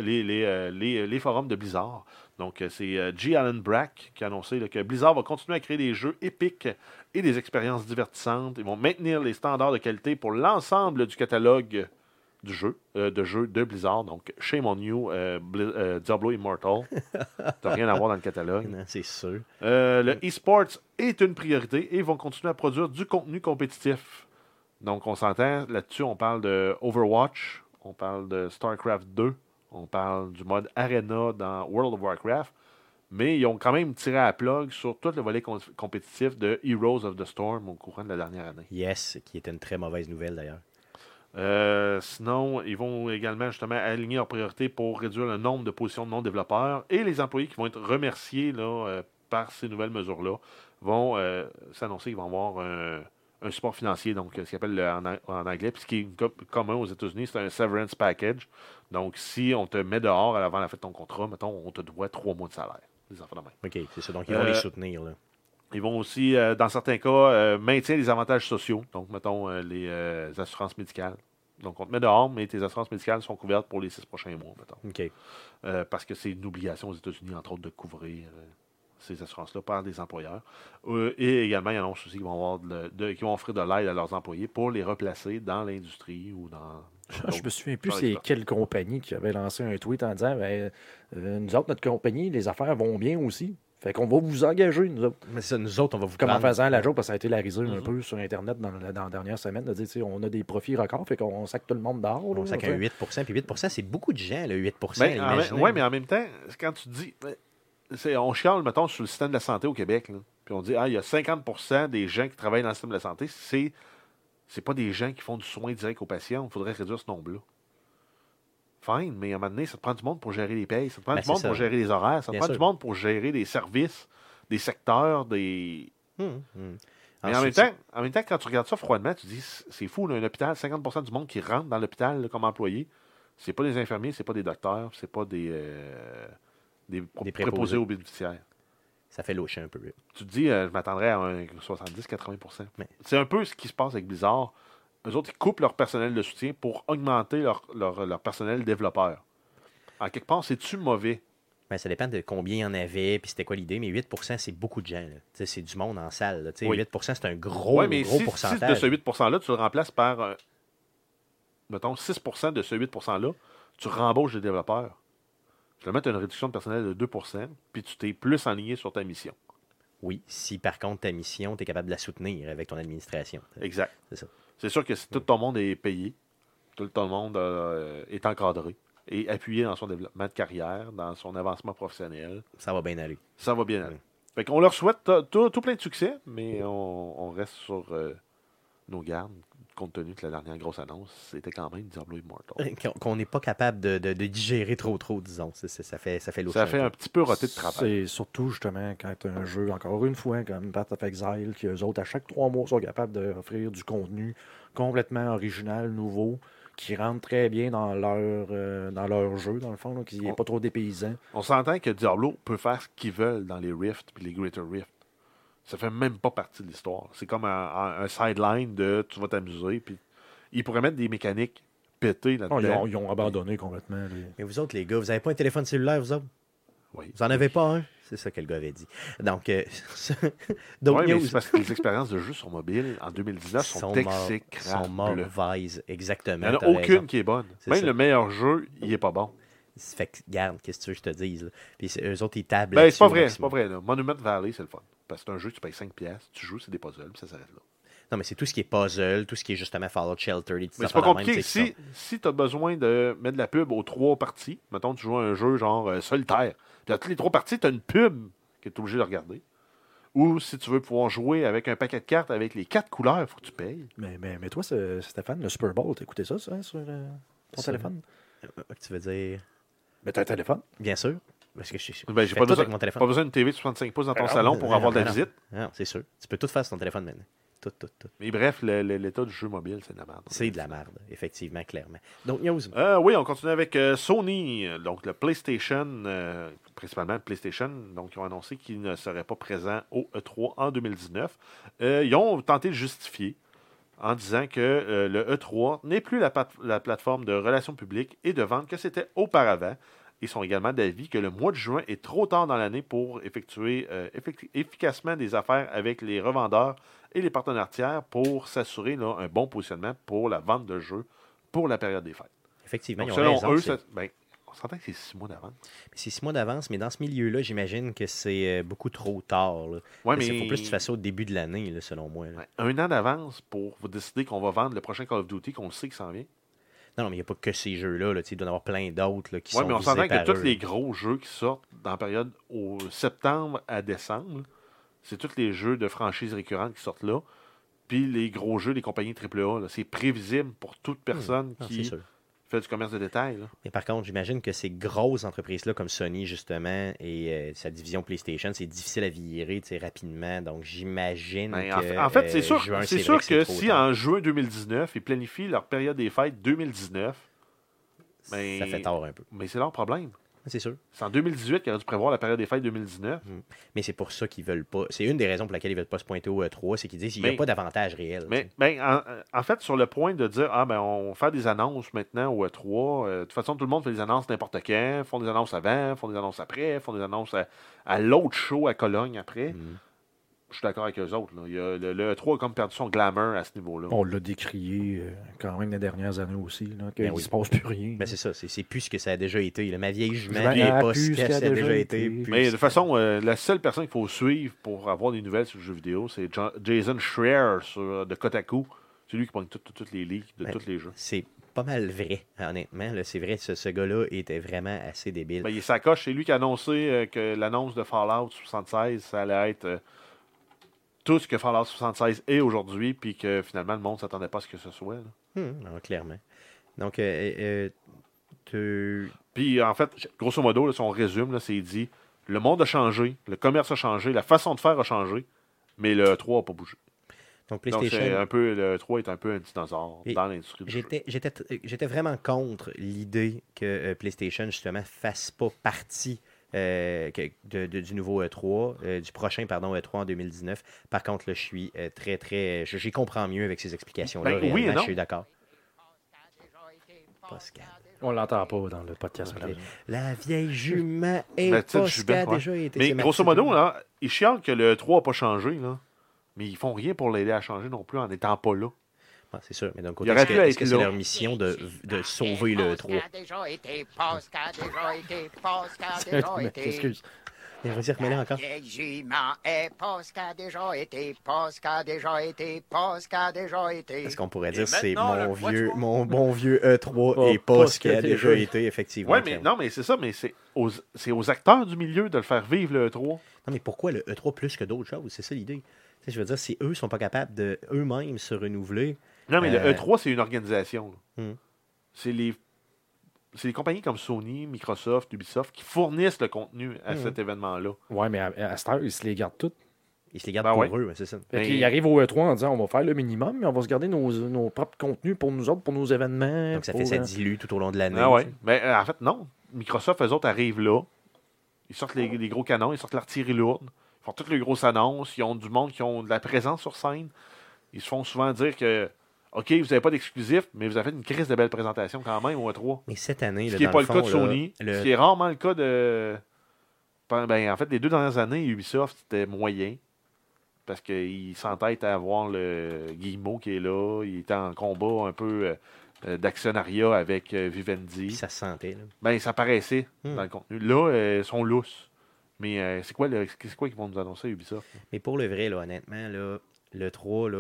les forums de Blizzard. Donc, c'est G. Allen Brack qui a annoncé là, que Blizzard va continuer à créer des jeux épiques et des expériences divertissantes. Ils vont maintenir les standards de qualité pour l'ensemble du catalogue de jeux de Blizzard. Donc, shame on you, Diablo Immortal. T'as rien à voir dans le catalogue. Non, c'est sûr. Le e-sports est une priorité et ils vont continuer à produire du contenu compétitif. Donc, on s'entend là-dessus, on parle de Overwatch, on parle de StarCraft 2, on parle du mode Arena dans World of Warcraft, mais ils ont quand même tiré à la plug sur tout le volet compétitif de Heroes of the Storm au courant de la dernière année. Yes, qui était une très mauvaise nouvelle d'ailleurs. Sinon, ils vont également justement aligner leurs priorités pour réduire le nombre de positions de non-développeurs et les employés qui vont être remerciés là, par ces nouvelles mesures-là vont s'annoncer qu'ils vont avoir un support financier, donc ce qu'ils appellent en anglais, puis ce qui est commun aux États-Unis, c'est un severance package. Donc, si on te met dehors avant la fin de ton contrat, mettons, on te doit 3 mois de salaire. Des enfants de même. OK, c'est ça. Donc, ils vont les soutenir. Là. Ils vont aussi, dans certains cas, maintenir les avantages sociaux. Donc, mettons, les assurances médicales. Donc, on te met dehors, mais tes assurances médicales sont couvertes pour les 6 prochains mois, mettons. OK. Parce que c'est une obligation aux États-Unis, entre autres, de couvrir ces assurances-là par des employeurs. Et également, ils annoncent aussi qu'ils vont, qu'ils vont offrir de l'aide à leurs employés pour les replacer dans l'industrie ou dans... Je me souviens plus c'est quelle compagnie qui avait lancé un tweet en disant nous autres, notre compagnie, les affaires vont bien aussi. Fait qu'on va vous engager, nous autres. Mais ça, nous autres, on va vous Comme en prendre. faisant la joke, parce que ça a été la risée un peu sur Internet dans la dernière semaine, de dire on a des profits records, fait qu'on sac tout le monde dehors. On sac un 8%, puis 8%, c'est beaucoup de gens, le 8%. Oui, mais en même temps, quand tu dis... on chiale, mettons, sur le système de la santé au Québec, là, puis on dit il y a 50% des gens qui travaillent dans le système de la santé, c'est pas des gens qui font du soin direct aux patients. Il faudrait réduire ce nombre-là. Fine, mais à un moment donné, ça te prend du monde pour gérer les payes, ça te prend du monde pour gérer les horaires, ça te prend du monde pour gérer des services, des secteurs, des... Mais en même temps, quand tu regardes ça froidement, tu dis, c'est fou, là, un hôpital, 50% du monde qui rentre dans l'hôpital là, comme employé, c'est pas des infirmiers, c'est pas des docteurs, c'est pas des préposés aux bénéficiaires. Ça fait loucher un peu. Tu te dis, je m'attendrais à un 70-80%. Mais c'est un peu ce qui se passe avec Blizzard. Eux autres, ils coupent leur personnel de soutien pour augmenter leur personnel développeur. En quelque part, c'est-tu mauvais? Ben, ça dépend de combien il y en avait, puis c'était quoi l'idée, mais 8%, c'est beaucoup de gens. C'est du monde en salle. Oui. 8%, c'est un gros pourcentage. Si de ce 8%-là, tu le remplaces par, mettons, 6% de ce 8%-là, tu rembauches les développeurs. Finalement, tu as une réduction de personnel de 2%, puis tu t'es plus enligné sur ta mission. Oui, si par contre ta mission, tu es capable de la soutenir avec ton administration. Exact. C'est ça. C'est sûr que si tout ton monde est payé, tout le monde est encadré et appuyé dans son développement de carrière, dans son avancement professionnel, ça va bien aller. Ça va bien aller. Fait qu'on leur souhaite tout plein de succès, mais on reste sur nos gardes, compte tenu que la dernière grosse annonce, c'était quand même Diablo Immortal. Qu'on n'est pas capable de digérer trop, disons. Ça fait louche. Ça fait un petit peu roter de travail. C'est surtout, justement, quand un jeu, encore une fois, comme Path of Exile, qui eux autres, à chaque 3 mois, sont capables d'offrir du contenu complètement original, nouveau, qui rentre très bien dans leur jeu, dans le fond, qui n'est pas trop dépaysant. On s'entend que Diablo peut faire ce qu'ils veulent dans les Rifts et les Greater Rifts. Ça fait même pas partie de l'histoire. C'est comme un sideline de tu vas t'amuser. Puis ils pourraient mettre des mécaniques pétées là-dedans. Ils ont abandonné complètement. Mais vous autres, les gars, vous n'avez pas un téléphone cellulaire, vous autres? Oui. Vous n'en avez pas un? C'est ça que le gars avait dit. Donc, mais c'est parce que les expériences de jeu sur mobile en 2019 sont exécrables. Sont mauvaises, exactement. Il n'y en a aucune qui est bonne. Même le meilleur jeu, il n'est pas bon. Fait que, garde, qu'est-ce que tu veux que je te dise? Là? Puis eux autres, ils tablent. Ben, c'est pas vrai, c'est pas vrai. Là. Monument Valley, c'est le fun. Parce que c'est un jeu, tu payes 5$, tu joues, c'est des puzzles, puis ça s'arrête là. Non, mais c'est tout ce qui est puzzle, tout ce qui est justement Fallout Shelter, les petites mais c'est pas compliqué. Si tu as besoin de mettre de la pub aux 3 parties, mettons, tu joues à un jeu genre solitaire, puis à toutes les 3 parties, tu as une pub que tu es obligé de regarder. Ou si tu veux pouvoir jouer avec un paquet de cartes avec les 4 couleurs, il faut que tu payes. Mais toi, Stéphane, le Super Bowl, t'as écouté ça sur ton téléphone? Tu veux dire... Mais t'as un téléphone? Bien sûr. Parce que je Ben, fais j'ai tout pas avec mon téléphone. Pas besoin d'une TV de 65 pouces dans ton Ah, salon pour non, avoir de la non, visite. Non, c'est sûr. Tu peux tout faire sur ton téléphone maintenant. Tout. Mais bref, l'état du jeu mobile, c'est de la merde. C'est de la merde, effectivement, clairement. Donc, news. Oui, on continue avec Sony, donc le PlayStation, principalement le PlayStation. Donc, ils ont annoncé qu'ils ne seraient pas présents au E3 en 2019. Ils ont tenté de justifier en disant que le E3 n'est plus la plateforme de relations publiques et de vente que c'était auparavant. Ils sont également d'avis que le mois de juin est trop tard dans l'année pour effectuer efficacement des affaires avec les revendeurs et les partenaires tiers pour s'assurer là, un bon positionnement pour la vente de jeux pour la période des fêtes. Effectivement, Donc, ils ont selon raison. eux, on s'entend que c'est 6 mois d'avance. C'est 6 mois d'avance, mais dans ce milieu-là, j'imagine que c'est beaucoup trop tard. Là. Ouais, Il mais faut plus que tu fasses ça au début de l'année, là, selon moi. Là. ouais, 1 an d'avance pour vous décider qu'on va vendre le prochain Call of Duty, qu'on le sait qu'il s'en vient. Non, mais il n'y a pas que ces jeux-là. Là. Il doit y en avoir plein d'autres là, qui Oui, sont mais on visés s'entend par que tous eux. les gros jeux qui sortent dans la période au septembre à décembre, là, c'est tous les jeux de franchise récurrentes qui sortent là. Puis les gros jeux des compagnies AAA, là, c'est prévisible pour toute personne Non, c'est qui sûr. fait du commerce de détail. Là. Mais par contre, j'imagine que ces grosses entreprises-là, comme Sony, justement, et sa division PlayStation, c'est difficile à virer rapidement. Donc, j'imagine Ben, que. en fait, c'est sûr, juin, c'est vrai sûr c'est que trop si tard. en juin 2019, ils planifient leur période des fêtes 2019, ben, Ça fait tard un peu. mais c'est leur problème. C'est sûr. C'est en 2018 qu'ils auraient dû prévoir la période des fêtes 2019. Mais c'est pour ça qu'ils veulent pas. C'est une des raisons pour laquelle ils veulent pas se pointer au E3, c'est qu'ils disent qu'il n'y a Mais- pas d'avantage réel. Mais en fait, sur le point de dire on fait des annonces maintenant au E3, de toute façon, tout le monde fait des annonces n'importe quand, font des annonces avant, font des annonces après, font des annonces à l'autre show à Cologne après. Je suis d'accord avec eux autres. Là. Il y a le E3 a comme perdu son glamour à ce niveau-là. On l'a décrié quand même les dernières années aussi, là, qu'il Ben ne oui. se passe plus rien. Ben c'est ça, c'est plus ce que ça a déjà été. là. Ma vieille jument Jument n'est a pas pu ce que ça a déjà été. puis Mais de toute façon, la seule personne qu'il faut suivre pour avoir des nouvelles sur le jeu vidéo, c'est Jason Schreier de Kotaku. C'est lui qui pogne toutes les leaks de Ben, tous les jeux. C'est pas mal vrai, honnêtement. Là. C'est vrai, ce gars-là était vraiment assez débile. Ben, il est sacoche. C'est lui qui a annoncé que l'annonce de Fallout 76, ça allait être tout ce que Fallout 76 est aujourd'hui, puis que finalement, le monde ne s'attendait pas à ce que ce soit. Là. Non, clairement. Donc, Puis, en fait, grosso modo, là, si on résume, là, c'est dit, le monde a changé, le commerce a changé, la façon de faire a changé, mais le 3 n'a pas bougé. donc Donc, PlayStation. c'est un peu, le 3 est un peu un dinosaure Et dans l'industrie du jeu. J'étais vraiment contre l'idée que PlayStation, justement, fasse pas partie du nouveau E3, du prochain, pardon, E3 en 2019. Par contre, là, je suis j'y comprends mieux avec ces explications-là. Ben, oui et réellement, non. je suis d'accord. Poscade. On l'entend pas dans le podcast. Ok. La vieille jument et La petite Posca jument, a ouais. déjà été. Mais c'est ma grosso petite modo, jument. là, ils chialent que le 3 n'a pas changé, là. Mais ils font rien pour l'aider à changer non plus en n'étant pas là. Ouais, c'est sûr, mais d'un Il côté, aurait est-ce pu que être c'est là. leur mission de sauver le 3? Excuse. Mais vas-y, remets-le encore. Vieille jument et Posca a déjà été, Posca a déjà été, Posca a déjà été. Est-ce qu'on pourrait dire c'est maintenant, mon bon vieux E3 Oh, et pas ce qui a Posca déjà déjà. été, effectivement. Ouais, mais non, mais c'est ça, mais c'est aux acteurs du milieu de le faire vivre le 3. Non, mais pourquoi le E3 plus que d'autres choses? C'est ça l'idée. Tu sais, je veux dire, si eux ne sont pas capables de eux-mêmes se renouveler, Non, mais le Euh, E3, c'est une organisation. là. Hmm. C'est les compagnies comme Sony, Microsoft, Ubisoft qui fournissent le contenu à cet événement-là. Ouais, mais à cette heure, ils se les gardent toutes. ils se les gardent Ben pour ouais. eux, c'est ça. Fait Ben- qu'ils arrivent au E3 en disant on va faire le minimum, mais on va se garder nos propres contenus pour nous autres, pour nos événements. Donc ça pour, fait ça dilue tout au long de l'année. Ah ouais. tu sais. Mais en fait, non. Microsoft, eux autres, arrivent là. Ils sortent les gros canons, ils sortent l'artillerie lourde. Ils font toutes les grosses annonces. Ils ont du monde qui ont de la présence sur scène. Ils se font souvent dire que OK, vous n'avez pas d'exclusif, mais vous avez fait une crise de belles présentations quand même au E3. Mais cette année, Ce là, qui n'est dans pas le le cas de fond, là, Sony. le- Ce qui est rarement le cas de. Ben, en fait, les 2 dernières années, Ubisoft, c'était moyen. Parce qu'ils s'entêtent à avoir le Guillemot qui est là. Il était en combat un peu d'actionnariat avec Vivendi. puis ça se sentait. Là. Ben, ça paraissait Hmm. dans le contenu. Là, ils sont lousses. Mais c'est quoi qu'ils vont nous annoncer, Ubisoft? Mais pour le vrai, là, honnêtement, là, le 3, là,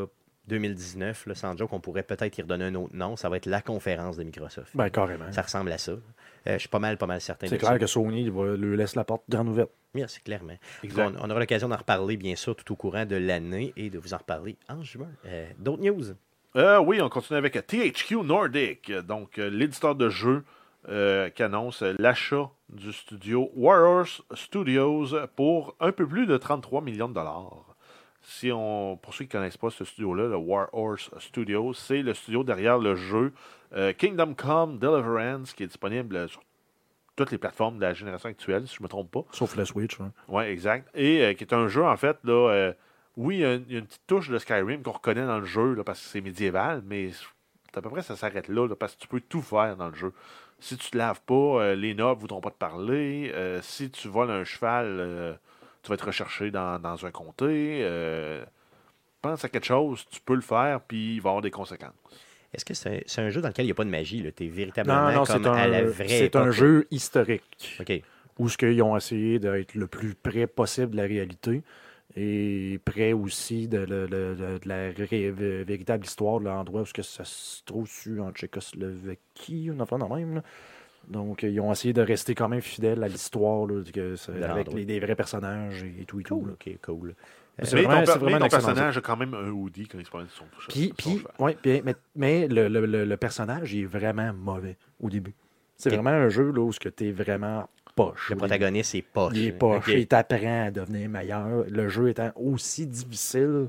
2019, là, sans joke, on pourrait peut-être y redonner un autre nom. Ça va être la conférence de Microsoft. Ben, carrément. Ça ressemble à ça. Je suis pas mal certain C'est de clair ça. que Sony lui laisse la porte grande ouverte. Bien, c'est clairement. Exact. On aura l'occasion d'en reparler, bien sûr, tout au courant de l'année et de vous en reparler en juin. D'autres news? Oui, on continue avec THQ Nordic, donc l'éditeur de jeux qui annonce l'achat du studio Warhorse Studios pour un peu plus de 33 millions de dollars. Pour ceux qui ne connaissent pas ce studio-là, le Warhorse Studios, c'est le studio derrière le jeu Kingdom Come Deliverance, qui est disponible sur toutes les plateformes de la génération actuelle, si je ne me trompe pas. Sauf le Switch. Hein. Oui, exact. Et qui est un jeu, en fait, là, oui, il y a une petite touche de Skyrim qu'on reconnaît dans le jeu, là, parce que c'est médiéval, mais à peu près ça s'arrête là, parce que tu peux tout faire dans le jeu. Si tu te laves pas, les nobles ne voudront pas te parler. Si tu voles un cheval, tu vas être recherché dans un comté. Pense à quelque chose, tu peux le faire, puis il va y avoir des conséquences. Est-ce que c'est un jeu dans lequel il n'y a pas de magie? Tu es véritablement Non, comme à la vraie c'est un époque, jeu historique. OK. Où ils ont essayé d'être le plus près possible de la réalité et près aussi de la véritable histoire de l'endroit où ça se trouve en Tchécoslovaquie, une affaire de même. Là. Donc, ils ont essayé de rester quand même fidèles à l'histoire là, avec des vrais personnages et tout. Cool, Là. OK, cool. C'est Mais vraiment, ton, c'est vraiment mais un ton excellent personnage a quand même un hoodie quand il se promène sur son cheval. Mais le personnage il est vraiment mauvais au début. C'est vraiment un jeu là, où tu es vraiment poche. Le protagoniste est poche. Il est poche. OK. Il t'apprend à devenir meilleur. Le jeu étant aussi difficile,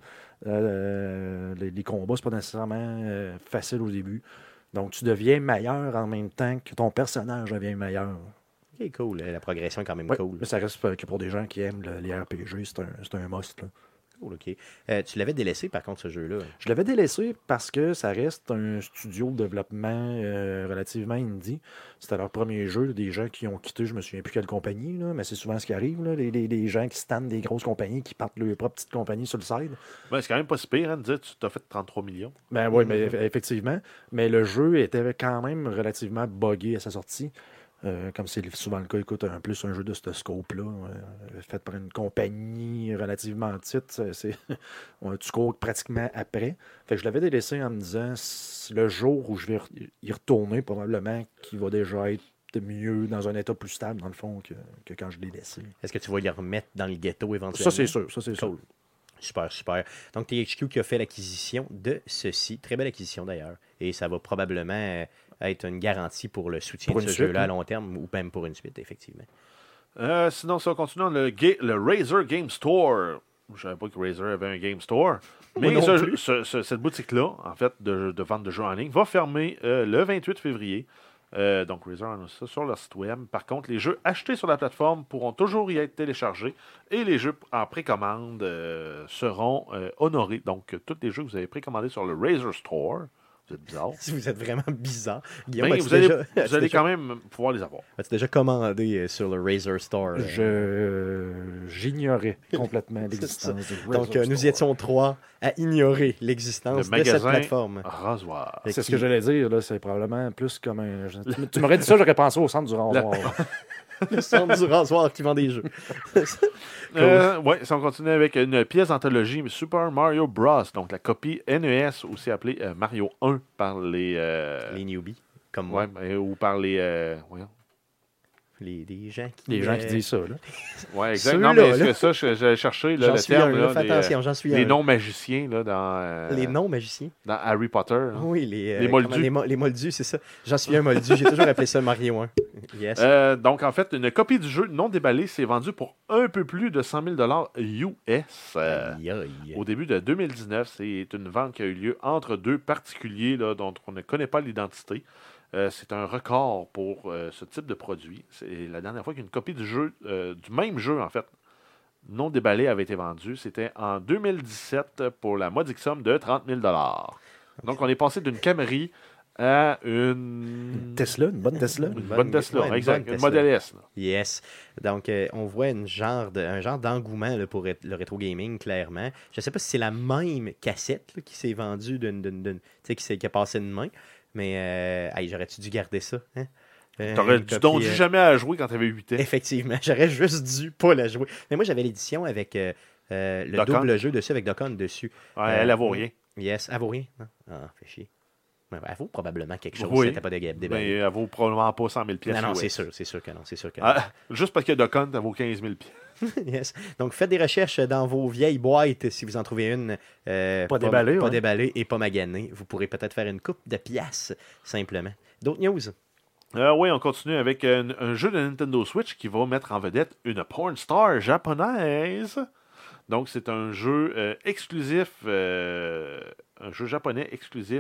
les combats, c'est pas nécessairement facile au début. Donc, tu deviens meilleur en même temps que ton personnage devient meilleur. OK, cool. La progression est quand même Ouais, cool. mais ça reste que pour des gens qui aiment les RPG, c'est un must. Là. Cool, OK. Tu l'avais délaissé, par contre, ce jeu-là. Je l'avais délaissé parce que ça reste un studio de développement relativement indie. C'était leur premier jeu. Des gens qui ont quitté, je me souviens plus quelle compagnie, là, mais c'est souvent ce qui arrive. Là, les gens qui stannent des grosses compagnies, qui partent leur propre petite compagnie sur le side. Ouais, c'est quand même pas si pire, hein, de dire que tu t'as fait 33 millions. Ben oui, mais effectivement. Mais le jeu était quand même relativement buggé à sa sortie. Comme c'est souvent le cas, écoute, en plus un jeu de ce scope-là, fait par une compagnie relativement petite, tu cours pratiquement après. Fait que je l'avais délaissé en me disant, le jour où je vais y retourner, probablement qu'il va déjà être mieux, dans un état plus stable, dans le fond, que quand je l'ai laissé. Est-ce que tu vas y remettre dans le ghetto éventuellement? Ça, c'est sûr. Cool. Super, super. Donc, THQ qui a fait l'acquisition de ceci. Très belle acquisition, d'ailleurs. Et ça va probablement être une garantie pour le soutien Pour de ce une suite, jeu-là hein? à long terme, ou même pour une suite, effectivement. Sinon, ça continue le Razer Game Store. Je ne savais pas que Razer avait un Game Store. Mais non plus. cette boutique-là, en fait, de vente de jeux en ligne, va fermer le 28 février. Donc, Razer annonce ça sur leur site web. Par contre, les jeux achetés sur la plateforme pourront toujours y être téléchargés et les jeux en précommande seront honorés. Donc, tous les jeux que vous avez précommandés sur le Razer Store, vous êtes bizarre. Si vous êtes vraiment bizarre, Guillaume, Mais as-tu vous allez déjà quand même pouvoir les avoir. as-tu déjà commandé sur le Razer Store? J'ignorais complètement l'existence du Razer Donc, nous y Store. étions 3 à ignorer l'existence Le de cette magasin plateforme. Rasoir. C'est ce que j'allais dire, là, c'est probablement plus comme un... Tu m'aurais dit ça, j'aurais pensé au centre du rasoir. Le centre du rasoir qui vend des jeux. Oui, si on continue avec une pièce d'anthologie Super Mario Bros. Donc la copie NES, aussi appelée Mario 1 par les newbies, comme moi. ou par les voyons. Les gens qui... Les gens qui disent ça, là. Ouais, exact. Ceux-là, Non, mais là. est-ce que ça, j'allais chercher là, J'en le suis terme un, là, là, fais attention, j'en suis les un. non-magiciens là, dans, Les non-magiciens. dans Harry Potter. Là. Oui, Les moldus. Les moldus, c'est ça. J'en suis un moldu. J'ai toujours appelé ça Mario 1. Yes. Donc, en fait, une copie du jeu non déballée s'est vendue pour un peu plus de 100 000 US. Aïe, aïe. Au début de 2019, c'est une vente qui a eu lieu entre deux particuliers là, dont on ne connaît pas l'identité. C'est un record pour ce type de produit. C'est la dernière fois qu'une copie du jeu, du même jeu, en fait, non déballé avait été vendue. C'était en 2017 pour la modique somme de 30 000 Donc, on est passé d'une Camry à une Tesla, une bonne Tesla. Une bonne Tesla, ouais, une exact. bonne Une Tesla. Model S. Là. Yes. Donc, on voit un genre d'engouement là, pour le rétro gaming, clairement. Je ne sais pas si c'est la même cassette là, qui s'est vendue, qui a passé de main, mais j'aurais-tu dû garder ça? Hein? T'aurais Une donc copie, dû jamais à jouer quand t'avais 8 ans. Effectivement, j'aurais juste dû pas la jouer. Mais moi, j'avais l'édition avec le Doc double Hunt. jeu dessus, avec Doc Hunt dessus. Ouais, elle vaut rien. Yes, elle vaut rien. Non? Ah, fait chier. Ouais, elle vaut probablement quelque chose. Oui. C'était pas déballé. Mais elle vaut probablement pas 100 000 pièces. Non, US. c'est sûr que non. C'est sûr que non. Ah, juste parce qu'il y a de compte, elle vaut 15 000 pièces. Yes. Donc, faites des recherches dans vos vieilles boîtes si vous en trouvez une. Pas déballée, Pas ouais. déballée et pas maganée. Vous pourrez peut-être faire une coupe de pièces, simplement. D'autres news? Oui, on continue avec un jeu de Nintendo Switch qui va mettre en vedette une porn star japonaise. Donc, c'est un jeu exclusif, un jeu japonais exclusif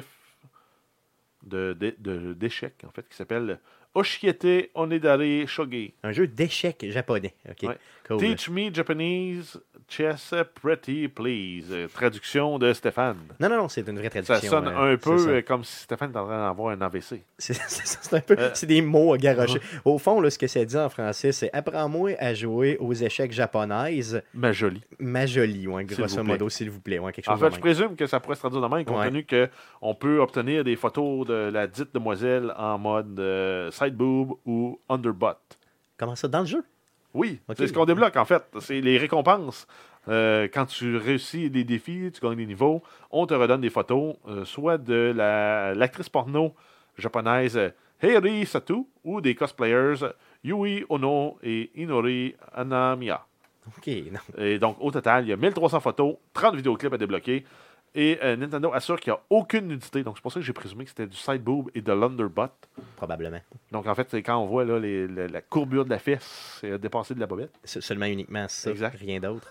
d'échecs, en fait, qui s'appelle Oshiete Onedare Shogi. Un jeu d'échecs japonais. OK. Ouais. Cool. Teach me Japanese chess pretty please. Traduction de Stéphane. Non, c'est une vraie traduction. Ça sonne un c'est peu ça. comme si Stéphane était en train d'avoir un AVC. C'est un peu, c'est des mots à garocher. Au fond, là, ce que ça dit en français, c'est apprends-moi à jouer aux échecs japonaises, Mais joli. ma jolie, ouais, S'il grosso vous plaît. modo, s'il vous plaît. Ouais, quelque En chose fait, de je même. présume que ça pourrait se traduire de même, compte Ouais. tenu qu'on peut obtenir des photos de la dite demoiselle en mode side boob ou underbutt. Comment ça, dans le jeu? Oui, Ok. c'est ce qu'on débloque en fait. C'est les récompenses. Quand tu réussis des défis, tu gagnes des niveaux, on te redonne des photos, soit de l'actrice porno japonaise Heiri Sato ou des cosplayers Yui Ono et Inori Anamiya. OK, non. Et donc, au total, il y a 1300 photos, 30 vidéoclips à débloquer. Et Nintendo assure qu'il n'y a aucune nudité. Donc, c'est pour ça que j'ai présumé que c'était du side boob et de l'underbutt. Probablement. Donc, en fait, c'est quand on voit là, la courbure de la fesse dépasser de la bobette. Seulement uniquement ça, Exact. rien d'autre.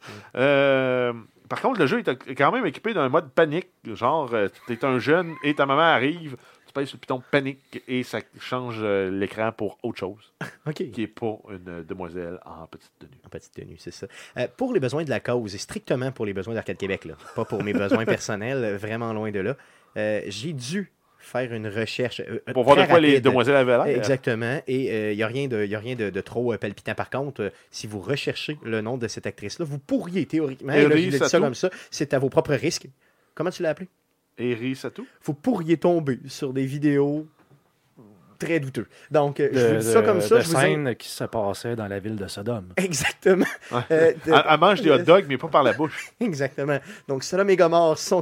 Ouais. Par contre, le jeu est quand même équipé d'un mode panique. Genre, t'es un jeune et ta maman arrive, tu pèses sur le piton panique et ça change l'écran pour autre chose, OK. qui n'est pas une demoiselle en petite tenue. En petite tenue, c'est ça. Pour les besoins de la cause, et strictement pour les besoins d'Arcade Québec, là, pas pour mes besoins personnels, vraiment loin de là, j'ai dû faire une recherche. Pour voir de très quoi les rapide. demoiselles avaient l'air. Exactement. Et il n'y a rien de trop palpitant. Par contre, si vous recherchez le nom de cette actrice-là, vous pourriez théoriquement, Eri là, je dis ça Sato. comme ça, c'est à vos propres risques. Comment tu l'as appelé? Eri Sato. Vous pourriez tomber sur des vidéos très douteux. Donc, je vous dis ça comme ça. De Je vous scènes qui se passaient dans la ville de Sodome. Exactement. Ouais. De- Elle mange des hot dogs, mais pas par la bouche. Exactement. Donc, Sodome et Gomorrhe sont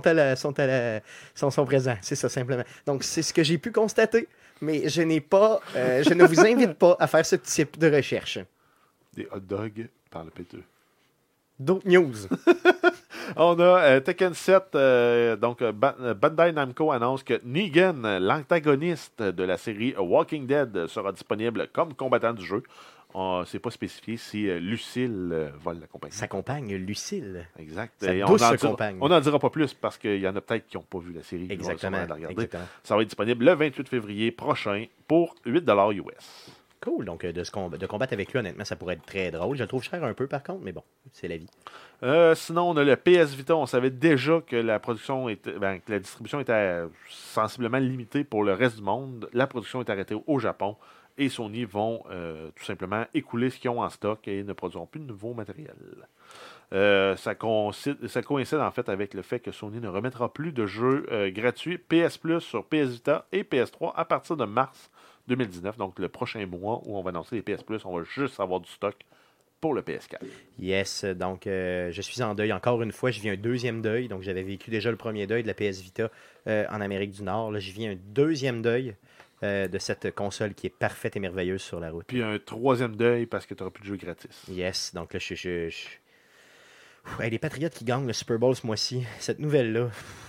présents. C'est ça, simplement. Donc, c'est ce que j'ai pu constater. Mais je ne vous invite pas à faire ce type de recherche. Des hot dogs par le péteux. D'autres news. On a Tekken 7, donc Bandai Namco annonce que Negan, l'antagoniste de la série Walking Dead, sera disponible comme combattant du jeu. C'est pas spécifié si Lucille va l'accompagner. Sa compagne, Lucille. Exact. Sa Et douce on compagne. n'en dira pas plus parce qu'il y en a peut-être qui n'ont pas vu la série. qui vont Exactement. sûrement la regarder. Exactement. Ça va être disponible le 28 février prochain pour 8$ US. Cool. Donc, de combattre avec lui, honnêtement, ça pourrait être très drôle. Je le trouve cher un peu, par contre, mais bon, c'est la vie. Sinon, on a le PS Vita. On savait déjà que la production que la distribution était sensiblement limitée pour le reste du monde. La production est arrêtée au Japon et Sony vont tout simplement écouler ce qu'ils ont en stock et ne produiront plus de nouveau matériel. Ça coïncide en fait avec le fait que Sony ne remettra plus de jeux gratuits PS Plus sur PS Vita et PS3 à partir de mars 2019. Donc le prochain mois où on va annoncer les PS Plus, on va juste avoir du stock pour le PS4. Yes, donc je suis en deuil. Encore une fois, je vis un deuxième deuil. Donc, j'avais vécu déjà le premier deuil de la PS Vita en Amérique du Nord. Là, je vis un deuxième deuil de cette console qui est parfaite et merveilleuse sur la route. Puis un troisième deuil parce que tu n'auras plus de jeux gratis. Yes, donc là, Hey, les Patriotes qui gagnent le Super Bowl ce mois-ci, cette nouvelle-là,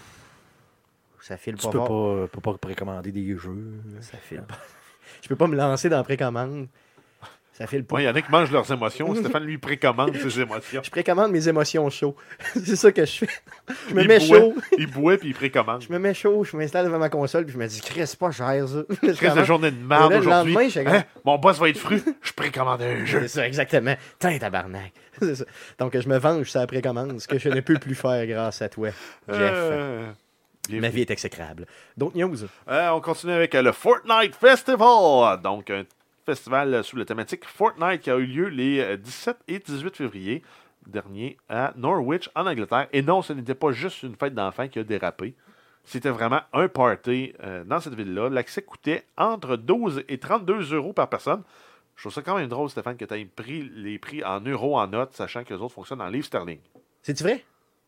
ça file Tu pas peux fort. pas précommander des jeux. Ça file pas. Je peux pas me lancer dans la précommande. Ça file pas. Il y en a qui mangent leurs émotions. Stéphane lui précommande ses émotions. Je précommande mes émotions chaudes. C'est ça que je fais. Je me Il mets boit, chaud. Il boit puis il précommande. Je me mets chaud, je m'installe devant ma console, puis je me dis, Chris, c'est pas cher, ça. Reste de journée de merde Et là, le aujourd'hui. lendemain, je suis Hein? Mon boss va être fru. Je précommande un jeu. C'est ça, exactement. Tain, tabarnak. C'est ça. Donc, je me venge sur la précommande, ce que je ne peux plus faire grâce à toi, Jeff. Ma vie est exécrable. D'autres news? On continue avec le Fortnite Festival. Donc, un festival sous la thématique Fortnite qui a eu lieu les 17 et 18 février dernier à Norwich, en Angleterre. Et non, ce n'était pas juste une fête d'enfants qui a dérapé. C'était vraiment un party dans cette ville-là. L'accès coûtait entre 12 et 32 € par personne. Je trouve ça quand même drôle, Stéphane, que tu aies pris les prix en euros en notes, sachant que les autres fonctionnent en livres sterling. C'est-tu vrai?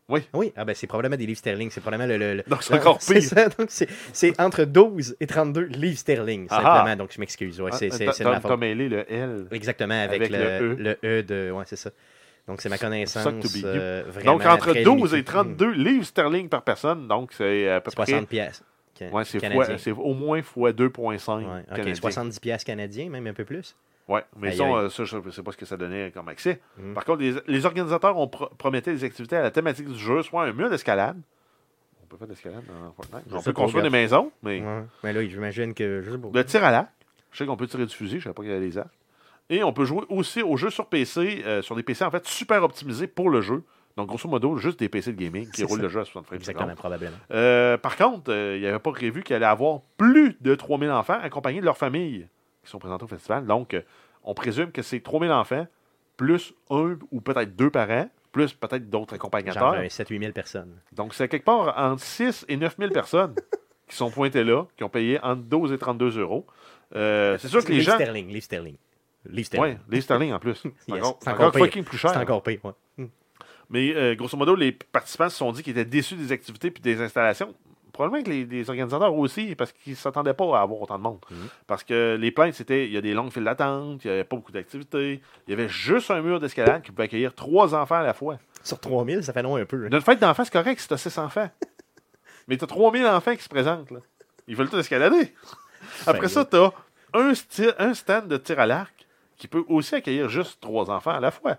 Oui, ah ben c'est probablement des livres sterling. C'est probablement le- Donc, c'est encore c'est pire. ça, donc c'est entre 12 et 32 livres sterling, Ah simplement. ah. Donc, je m'excuse. Ouais, Ah, c'est de t'as ma faute. mêlé le L. Exactement, avec, Avec le E de... Ouais, c'est ça. Donc, c'est ma connaissance Suck to be you. vraiment Donc, entre très 12 et limitée. 32 livres sterling par personne. Donc, c'est à peu 60 près. piastres. Ouais, c'est canadiens. au moins fois 2,5. Ouais, OK, canadiens. 70 piastres canadiens, même un peu plus. Ouais, mais Aïe, ça, aïe. ça, je ne sais pas ce que ça donnait comme accès. Mhm. Par contre, les organisateurs ont prometté des activités à la thématique du jeu, soit un mur d'escalade. On peut faire de l'escalade dans Fortnite. Je On sais peut pas, construire des regarde. maisons, mais Ouais. Mais là, j'imagine que... Je sais pas. le tir à l'arc. Je sais qu'on peut tirer du fusil, je ne savais pas qu'il y avait des arcs. Et on peut jouer aussi au jeu sur PC, sur des PC en fait super optimisés pour le jeu. Donc, grosso modo, juste des PC de gaming qui C'est roulent ça. le jeu à 60 frames Exactement, secondes. probablement. Par contre, il n'y avait pas prévu qu'il allait avoir plus de 3000 enfants accompagnés de leur famille qui sont présentés au festival. Donc, on présume que c'est 3000 enfants, plus un ou peut-être deux parents, plus peut-être d'autres accompagnateurs. Genre 7-8 000 personnes. Donc, c'est quelque part entre 6 et 9 000 personnes qui sont pointées là, qui ont payé entre 12 et 32 euros. C'est sûr que les Livre gens... sterling, livre sterling. Livre Oui, sterling. les sterling en plus. C'est Yes. encore, C'est encore pire. fucking plus cher. C'est encore pire, ouais. Mais grosso modo, les participants se sont dit qu'ils étaient déçus des activités et des installations. Probablement que les organisateurs aussi, parce qu'ils ne s'attendaient pas à avoir autant de monde. Parce que les plaintes, c'était il y a des longues files d'attente, il n'y avait pas beaucoup d'activités, il y avait juste un mur d'escalade qui pouvait accueillir 3 enfants à la fois. Sur 3000, ça fait long un peu. hein. D'une fête d'enfants, c'est correct si tu as 6 enfants. Mais tu as 3000 enfants qui se présentent. Là. Ils veulent tout escalader. Après ça, tu as un stand de tir à l'arc qui peut aussi accueillir juste 3 enfants à la fois.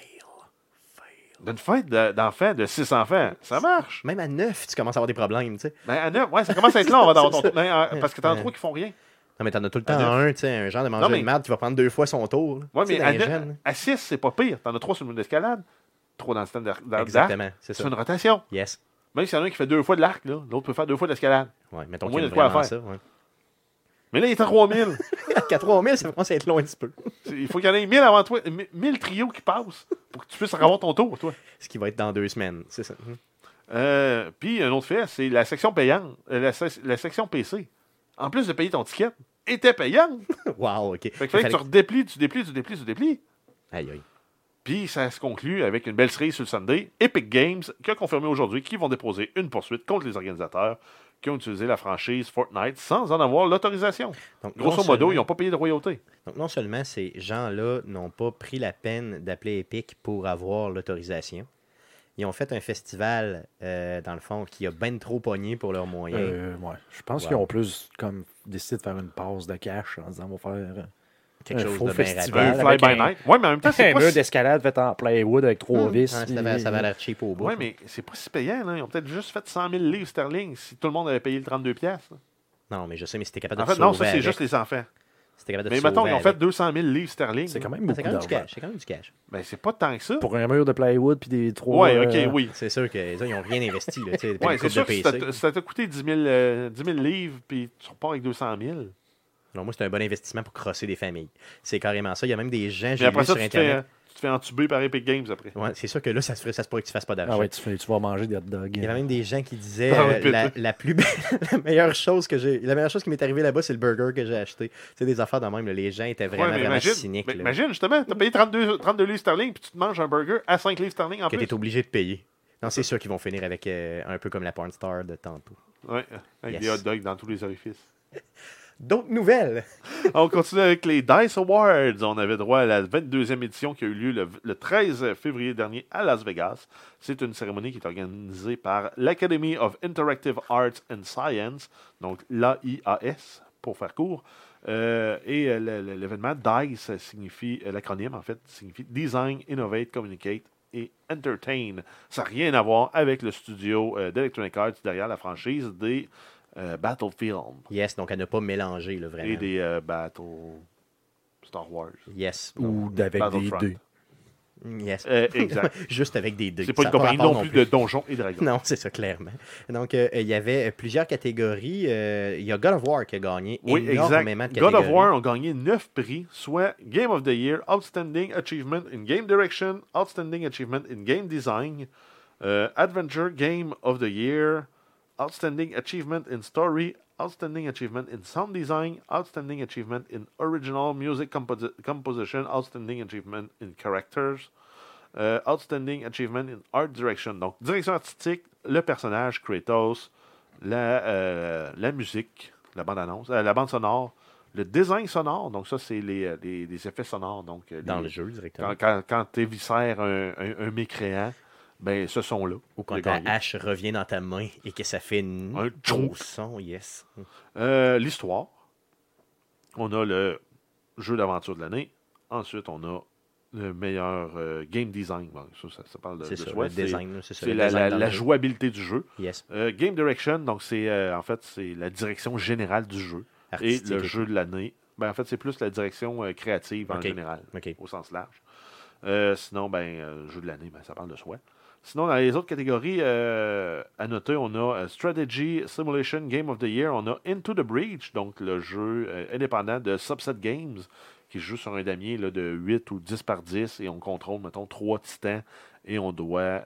D'une fête d'enfants, de 6 enfants, ça marche. Même à 9, tu commences à avoir des problèmes, tu sais. Ben, à 9, ouais, ça commence à être long dans ton C'est tour. Parce que t'en as 3 qui font rien. Non, mais t'en as tout le temps À un, tu sais, un genre de manger Non, mais- de merde qui va prendre 2 fois son tour. là. Ouais, Tu sais, mais dans les jeunes. à 6, c'est pas pire. T'en as 3 sur le mur d'escalade, 3 dans le stand d'arc. Exactement, c'est C'est ça. une rotation. Yes. Même s'il y en a un qui fait 2 fois de l'arc, là, l'autre peut faire 2 fois d'escalade. Ouais, mettons Au qu'il y moins, a il y a de quoi à vraiment faire. ça. Ouais. Mais là, il est à 3000. Qu'à 3000, ça commence à être long un petit peu. Il faut qu'il y en ait 1000 avant toi, 1000 trios qui passent pour que tu puisses avoir ton tour, toi. Ce qui va être dans 2 semaines, c'est ça. Puis, un autre fait, c'est la section payante, la section PC. En plus de payer ton ticket, était payante. Wow, OK. Fait qu'il fallait que tu redéplies, tu déplies. Aïe, aïe. Puis ça se conclut avec une belle cerise sur le Sunday. Epic Games qui a confirmé aujourd'hui qu'ils vont déposer une poursuite contre les organisateurs qui ont utilisé la franchise Fortnite sans en avoir l'autorisation. Donc, Grosso non modo, seulement- ils n'ont pas payé de royauté. Donc, non seulement ces gens-là n'ont pas pris la peine d'appeler Epic pour avoir l'autorisation, ils ont fait un festival, dans le fond, qui a ben trop pogné pour leurs moyens. Ouais. Je pense Wow. qu'ils ont plus comme décidé de faire une pause de cash en disant on va faire Quelque un chose faux de bien festival. rapide. Un avec fly by un- night. Ouais, mais en même temps, c'est un pas mur si... d'escalade fait en plywood avec 3 vis. Ouais, puis- ça va l'air cheap au bout. Ouais, mais c'est pas si payant. Là. Ils ont peut-être juste fait 100 000 livres sterling si tout le monde avait payé le 32 piastres. Non, mais je sais, mais si t'es capable de En te fait, non, sauver ça, c'est avec, juste les enfants. si t'es capable de Mais te mettons, sauver ils ont fait avec. 200 000 livres sterling. C'est quand même C'est beaucoup quand même du d'argent. cash. C'est quand même du cash. Ben, c'est pas tant que ça. Pour un mur de plywood puis des 3... Ouais, ok, oui. C'est sûr qu'ils n'ont rien investi. Là, tu sais, Ouais, une c'est coupe sûr de que si PC. ça t'a coûté 10 000 livres, puis tu repars avec 200 000. Non, moi, c'est un bon investissement pour crosser des familles. C'est carrément ça. Il y a même des gens, Mais j'ai après vu ça, sur tu te Internet. fais entuber par Epic Games après. Ouais, c'est sûr que là, ça se pourrait que tu fasses pas d'argent. Ah ouais, tu vas manger des hot dogs. Il y avait même des gens qui disaient Ah ouais, la plus belle, la meilleure chose qui m'est arrivée là-bas, c'est le burger que j'ai acheté. C'est des affaires de même. Là. Les gens étaient vraiment, Ouais, mais vraiment cyniques. mais là, imagine, justement, t'as payé 32 livres sterling, puis tu te manges un burger à 5 livres sterling en que plus. tu es obligé de payer. Non, c'est sûr qu'ils vont finir avec un peu comme la porn star de tantôt. Ouais, avec Yes. des hot dogs dans tous les orifices. D'autres nouvelles. On continue avec les DICE Awards. On avait droit à la 22e édition qui a eu lieu le 13 février dernier à Las Vegas. C'est une cérémonie qui est organisée par l'Academy of Interactive Arts and Science, donc l'AIAS pour faire court. Et l'événement DICE signifie, l'acronyme en fait, signifie Design, Innovate, Communicate et Entertain. Ça n'a rien à voir avec le studio d'Electronic Arts derrière la franchise des Battlefield Yes, donc à ne pas mélanger, là, vraiment. et des Battle Star Wars. Yes. Ou avec des Battlefront. dés. Yes. Exact. Juste avec des dés. C'est pas Ça une a compagnie rapport non plus de Donjons et Dragons. Non, c'est ça, clairement. Donc, il y avait plusieurs catégories. Il y a God of War qui a gagné Oui, énormément exact. de God catégories. of War ont gagné 9 prix, soit Game of the Year, Outstanding Achievement in Game Direction, Outstanding Achievement in Game Design, Adventure Game of the Year, Outstanding Achievement in Story, Outstanding Achievement in Sound Design, Outstanding Achievement in Original Music Composition, Outstanding Achievement in Characters. Outstanding Achievement in Art Direction. Donc, direction artistique, le personnage, Kratos, la musique, la bande-annonce, la bande sonore, le design sonore. Donc, ça, c'est les effets sonores. Donc, Dans le jeu, directement. Quand tu éviscères un mécréant, ben, ce son-là. Ou quand ta hache revient dans ta main et que ça fait un gros son, yes. L'histoire. On a le jeu d'aventure de l'année. Ensuite, on a le meilleur game design. Bon, ça parle de ça, le design. C'est la jouabilité du jeu. Yes. Game direction, donc c'est en fait c'est la direction générale du jeu. Artistique. Et le jeu de l'année. Ben, en fait, c'est plus la direction créative en général, au sens large. Sinon, jeu de l'année, ça parle de soi. Sinon, dans les autres catégories à noter, on a Strategy Simulation Game of the Year. On a Into the Breach, donc le jeu indépendant de Subset Games, qui joue sur un damier là, de 8 ou 10 par 10, et on contrôle, mettons, 3 titans, et on doit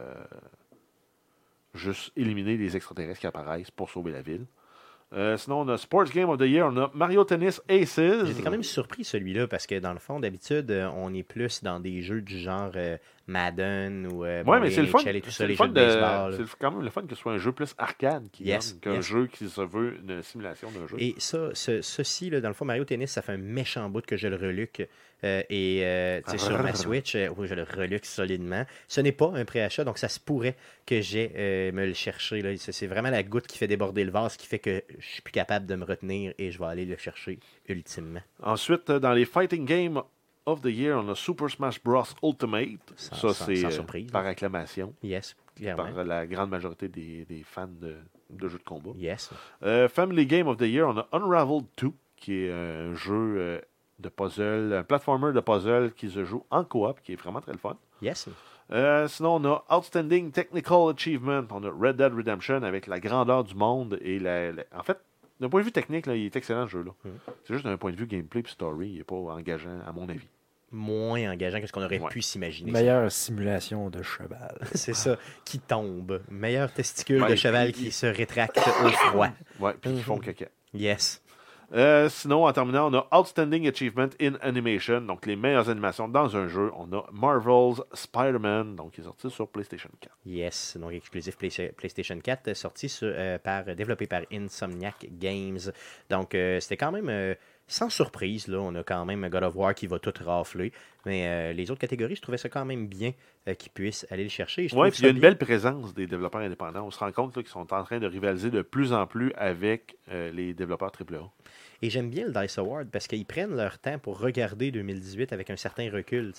juste éliminer les extraterrestres qui apparaissent pour sauver la ville. Sinon, on a Sports Game of the Year, on a Mario Tennis Aces. J'étais quand même surpris celui-là parce que dans le fond, d'habitude, on est plus dans des jeux du genre Madden ou mais c'est le fun. Et tout ça, les jeux de baseball. C'est quand même le fun que ce soit un jeu plus arcade qu'un jeu qui se veut une simulation d'un jeu. Et ceci, là, dans le fond, Mario Tennis, ça fait un méchant bout que je le reluque. Sur ma Switch, je le reluque solidement. Ce n'est pas un préachat, donc ça se pourrait que j'ai me le chercher. Là. C'est vraiment la goutte qui fait déborder le vase qui fait que je suis plus capable de me retenir et je vais aller le chercher ultimement. Ensuite, dans les Fighting Games of the Year, on a Super Smash Bros. Ultimate. C'est sans surprise, par acclamation. Yes, clairement. Par la grande majorité des fans de jeux de combat. Yes. Family Game of the Year, on a Unraveled 2, qui est un jeu de puzzle, un platformer de puzzle qui se joue en coop, qui est vraiment très le fun. Yes. Sinon, on a Outstanding Technical Achievement. On a Red Dead Redemption avec la grandeur du monde. Et en fait, d'un point de vue technique, là, il est excellent ce jeu-là. C'est juste d'un point de vue gameplay et story, il n'est pas engageant, à mon avis. Moins engageant que ce qu'on aurait pu s'imaginer. Meilleure simulation de cheval. C'est ça, qui tombe. Meilleur testicule de cheval qui se rétracte au froid. Ouais, puis qui font caca. Yes. Sinon, en terminant, on a Outstanding Achievement in Animation, donc les meilleures animations dans un jeu. On a Marvel's Spider-Man, donc qui est sorti sur PlayStation 4. Yes, donc exclusif PlayStation 4, sorti développé par Insomniac Games. Donc, c'était quand même sans surprise. Là, on a quand même God of War qui va tout rafler. Mais les autres catégories, je trouvais ça quand même bien qu'ils puissent aller le chercher. Oui, puis il y a une belle présence des développeurs indépendants. On se rend compte qu'ils sont en train de rivaliser de plus en plus avec les développeurs AAA. Et j'aime bien le DICE Award parce qu'ils prennent leur temps pour regarder 2018 avec un certain recul.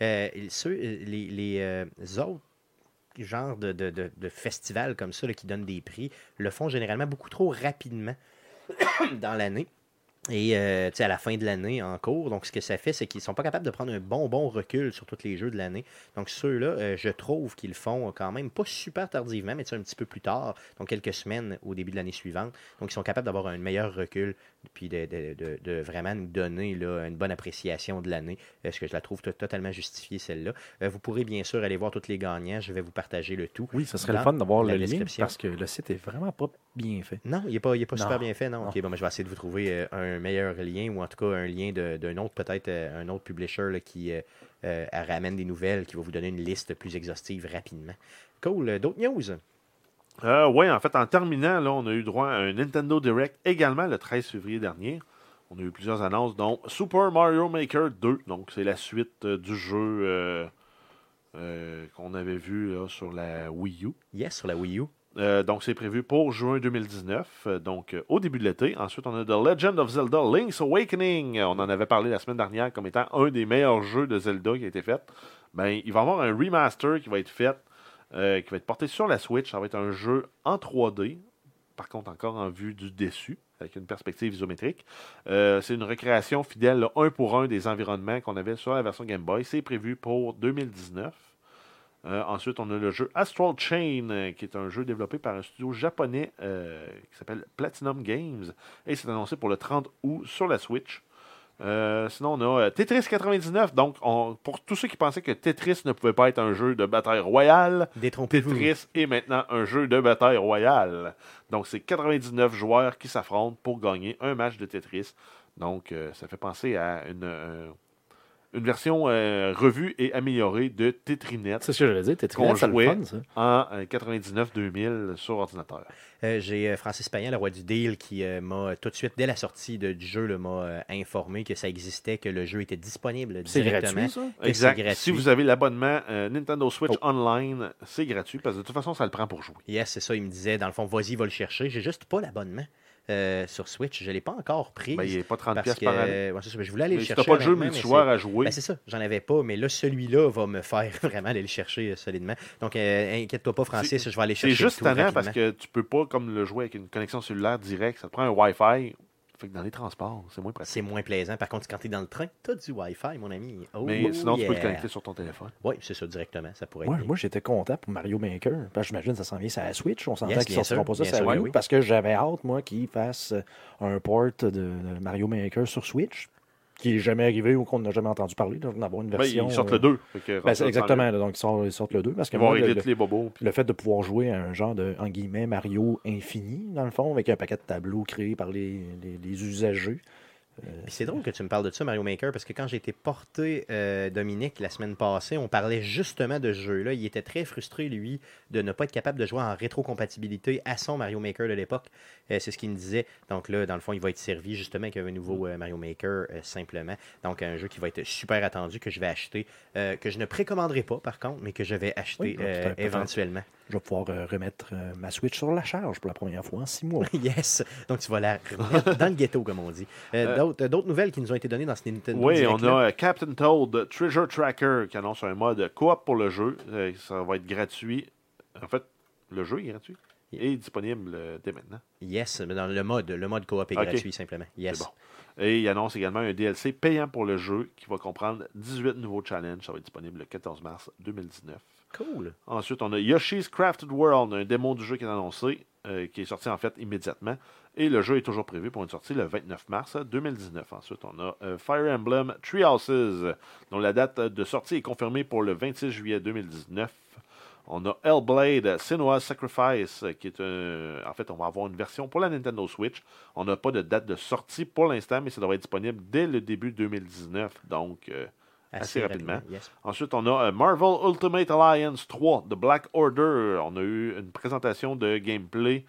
Les autres genres de festivals comme ça là, qui donnent des prix le font généralement beaucoup trop rapidement dans l'année. Et à la fin de l'année en cours, donc ce que ça fait, c'est qu'ils ne sont pas capables de prendre un bon recul sur tous les jeux de l'année. Donc ceux-là, je trouve qu'ils le font quand même pas super tardivement, mais un petit peu plus tard, donc quelques semaines au début de l'année suivante. Donc ils sont capables d'avoir un meilleur recul, puis de vraiment nous donner là, une bonne appréciation de l'année. Parce que je la trouve totalement justifiée, celle-là. Vous pourrez bien sûr aller voir tous les gagnants. Je vais vous partager le tout. Oui, ça serait le fun d'avoir le lien, parce que le site est vraiment pas bien fait. Non, il n'est pas super bien fait, non. OK, bon, je vais essayer de vous trouver un meilleur lien, ou en tout cas un lien d'un autre, peut-être un autre publisher là, qui ramène des nouvelles, qui va vous donner une liste plus exhaustive rapidement. Cool. D'autres news? Oui, en fait, en terminant, là, on a eu droit à un Nintendo Direct également le 13 février dernier. On a eu plusieurs annonces, dont Super Mario Maker 2. Donc, c'est la suite du jeu qu'on avait vu là, sur la Wii U. Yes, sur la Wii U. Donc, c'est prévu pour juin 2019, donc au début de l'été. Ensuite, on a The Legend of Zelda Link's Awakening. On en avait parlé la semaine dernière comme étant un des meilleurs jeux de Zelda qui a été fait. Ben, il va y avoir un remaster qui va être fait, qui va être porté sur la Switch. Ça va être un jeu en 3D, par contre encore en vue du dessus, avec une perspective isométrique. C'est une recréation fidèle, là, 1 pour 1 des environnements qu'on avait sur la version Game Boy. C'est prévu pour 2019. Ensuite, on a le jeu Astral Chain, qui est un jeu développé par un studio japonais qui s'appelle Platinum Games. Et c'est annoncé pour le 30 août sur la Switch. Sinon, on a Tetris 99. Donc, pour tous ceux qui pensaient que Tetris ne pouvait pas être un jeu de bataille royale, Tetris est maintenant un jeu de bataille royale. Donc, c'est 99 joueurs qui s'affrontent pour gagner un match de Tetris. Donc, ça fait penser à une version revue et améliorée de Tetrinet C'est ce que j'allais dire. T'es qu'on très le jouait fun, ça. en 99-2000 sur ordinateur. J'ai Francis Payan, le roi du deal, qui m'a tout de suite, dès la sortie du jeu, là, m'a informé que ça existait, que le jeu était disponible C'est directement. gratuit, ça? que Exact. c'est gratuit. Si vous avez l'abonnement Nintendo Switch Online, c'est gratuit parce que de toute façon, ça le prend pour jouer. Yes, c'est ça, il me disait, dans le fond, vas-y, va le chercher. J'ai juste pas l'abonnement sur Switch. Je ne l'ai pas encore pris. Ben, il n'est pas 30$ parce que, par année. ouais, c'est ça, ben, je voulais aller Mais le si chercher. tu n'as pas de jeu honnêtement, mais multijoueur à c'est- jouer, Ben, c'est ça, j'en avais pas, mais là, celui-là va me faire vraiment aller le chercher solidement. Donc, inquiète-toi pas, Francis, je vais aller c'est chercher. juste le tout tannant parce rapidement. que tu peux pas comme le jouer avec une connexion cellulaire directe. Ça te prend un Wi-Fi. Fait que dans les transports, c'est moins pratique. C'est moins plaisant. Par contre, quand tu es dans le train, tu as du Wi-Fi, mon ami. Oh, Mais sinon, tu peux le yeah. connecter sur ton téléphone. Oui, c'est ça, directement. Ça pourrait Moi, être bien. moi j'étais content pour Mario Maker. Parce que j'imagine que ça s'en vient sur la Switch. On s'entend Yes, qu'ils bien sortiront sûr, pas ça bien sur la sûr, Wii U, oui. parce que j'avais hâte, moi, qu'ils fassent un port de Mario Maker sur Switch, qui n'est jamais arrivé ou qu'on n'a jamais entendu parler. Donc, d'avoir une Ben, version. ils sortent le 2. Fait que, Ben, c'est exactement. Là, donc, ils sortent le 2. Parce que Ils vont moi, régler le, tous les bobos. puis- le fait de pouvoir jouer à un genre de, en guillemets, Mario infini, dans le fond, avec un paquet de tableaux créés par les usagers. Puis c'est drôle que tu me parles de ça, Mario Maker, parce que quand j'ai été porté Dominique la semaine passée, on parlait justement de ce jeu-là. Il était très frustré, lui, de ne pas être capable de jouer en rétrocompatibilité à son Mario Maker de l'époque. C'est ce qu'il me disait. Donc là, dans le fond, il va être servi justement avec un nouveau Mario Maker, simplement. Donc un jeu qui va être super attendu, que je vais acheter, que je ne précommanderai pas, par contre, mais que je vais acheter Oui, peut-être. éventuellement. Je vais pouvoir remettre ma Switch sur la charge pour la première fois en 6 mois. Yes! Donc tu vas la remettre dans le ghetto, comme on dit. D'autres nouvelles qui nous ont été données dans ce Nintendo Oui, Direct on a Captain Toad Treasure Tracker qui annonce un mode coop pour le jeu. Ça va être gratuit. En fait, le jeu est gratuit et disponible dès maintenant. Yes, mais dans le mode coop est Ok. gratuit simplement. Yes. C'est bon. Et il annonce également un DLC payant pour le jeu qui va comprendre 18 nouveaux challenges. Ça va être disponible le 14 mars 2019. Cool. Ensuite, on a Yoshi's Crafted World, un démo du jeu qui est annoncé, qui est sorti en fait immédiatement. Et le jeu est toujours prévu pour une sortie le 29 mars 2019. Ensuite, on a Fire Emblem Three Houses, dont la date de sortie est confirmée pour le 26 juillet 2019. On a Hellblade Senua's Sacrifice, qui est en fait, on va avoir une version pour la Nintendo Switch. On n'a pas de date de sortie pour l'instant, mais ça devrait être disponible dès le début 2019, donc assez rapidement. Yes. Ensuite, on a Marvel Ultimate Alliance 3 de Black Order. On a eu une présentation de gameplay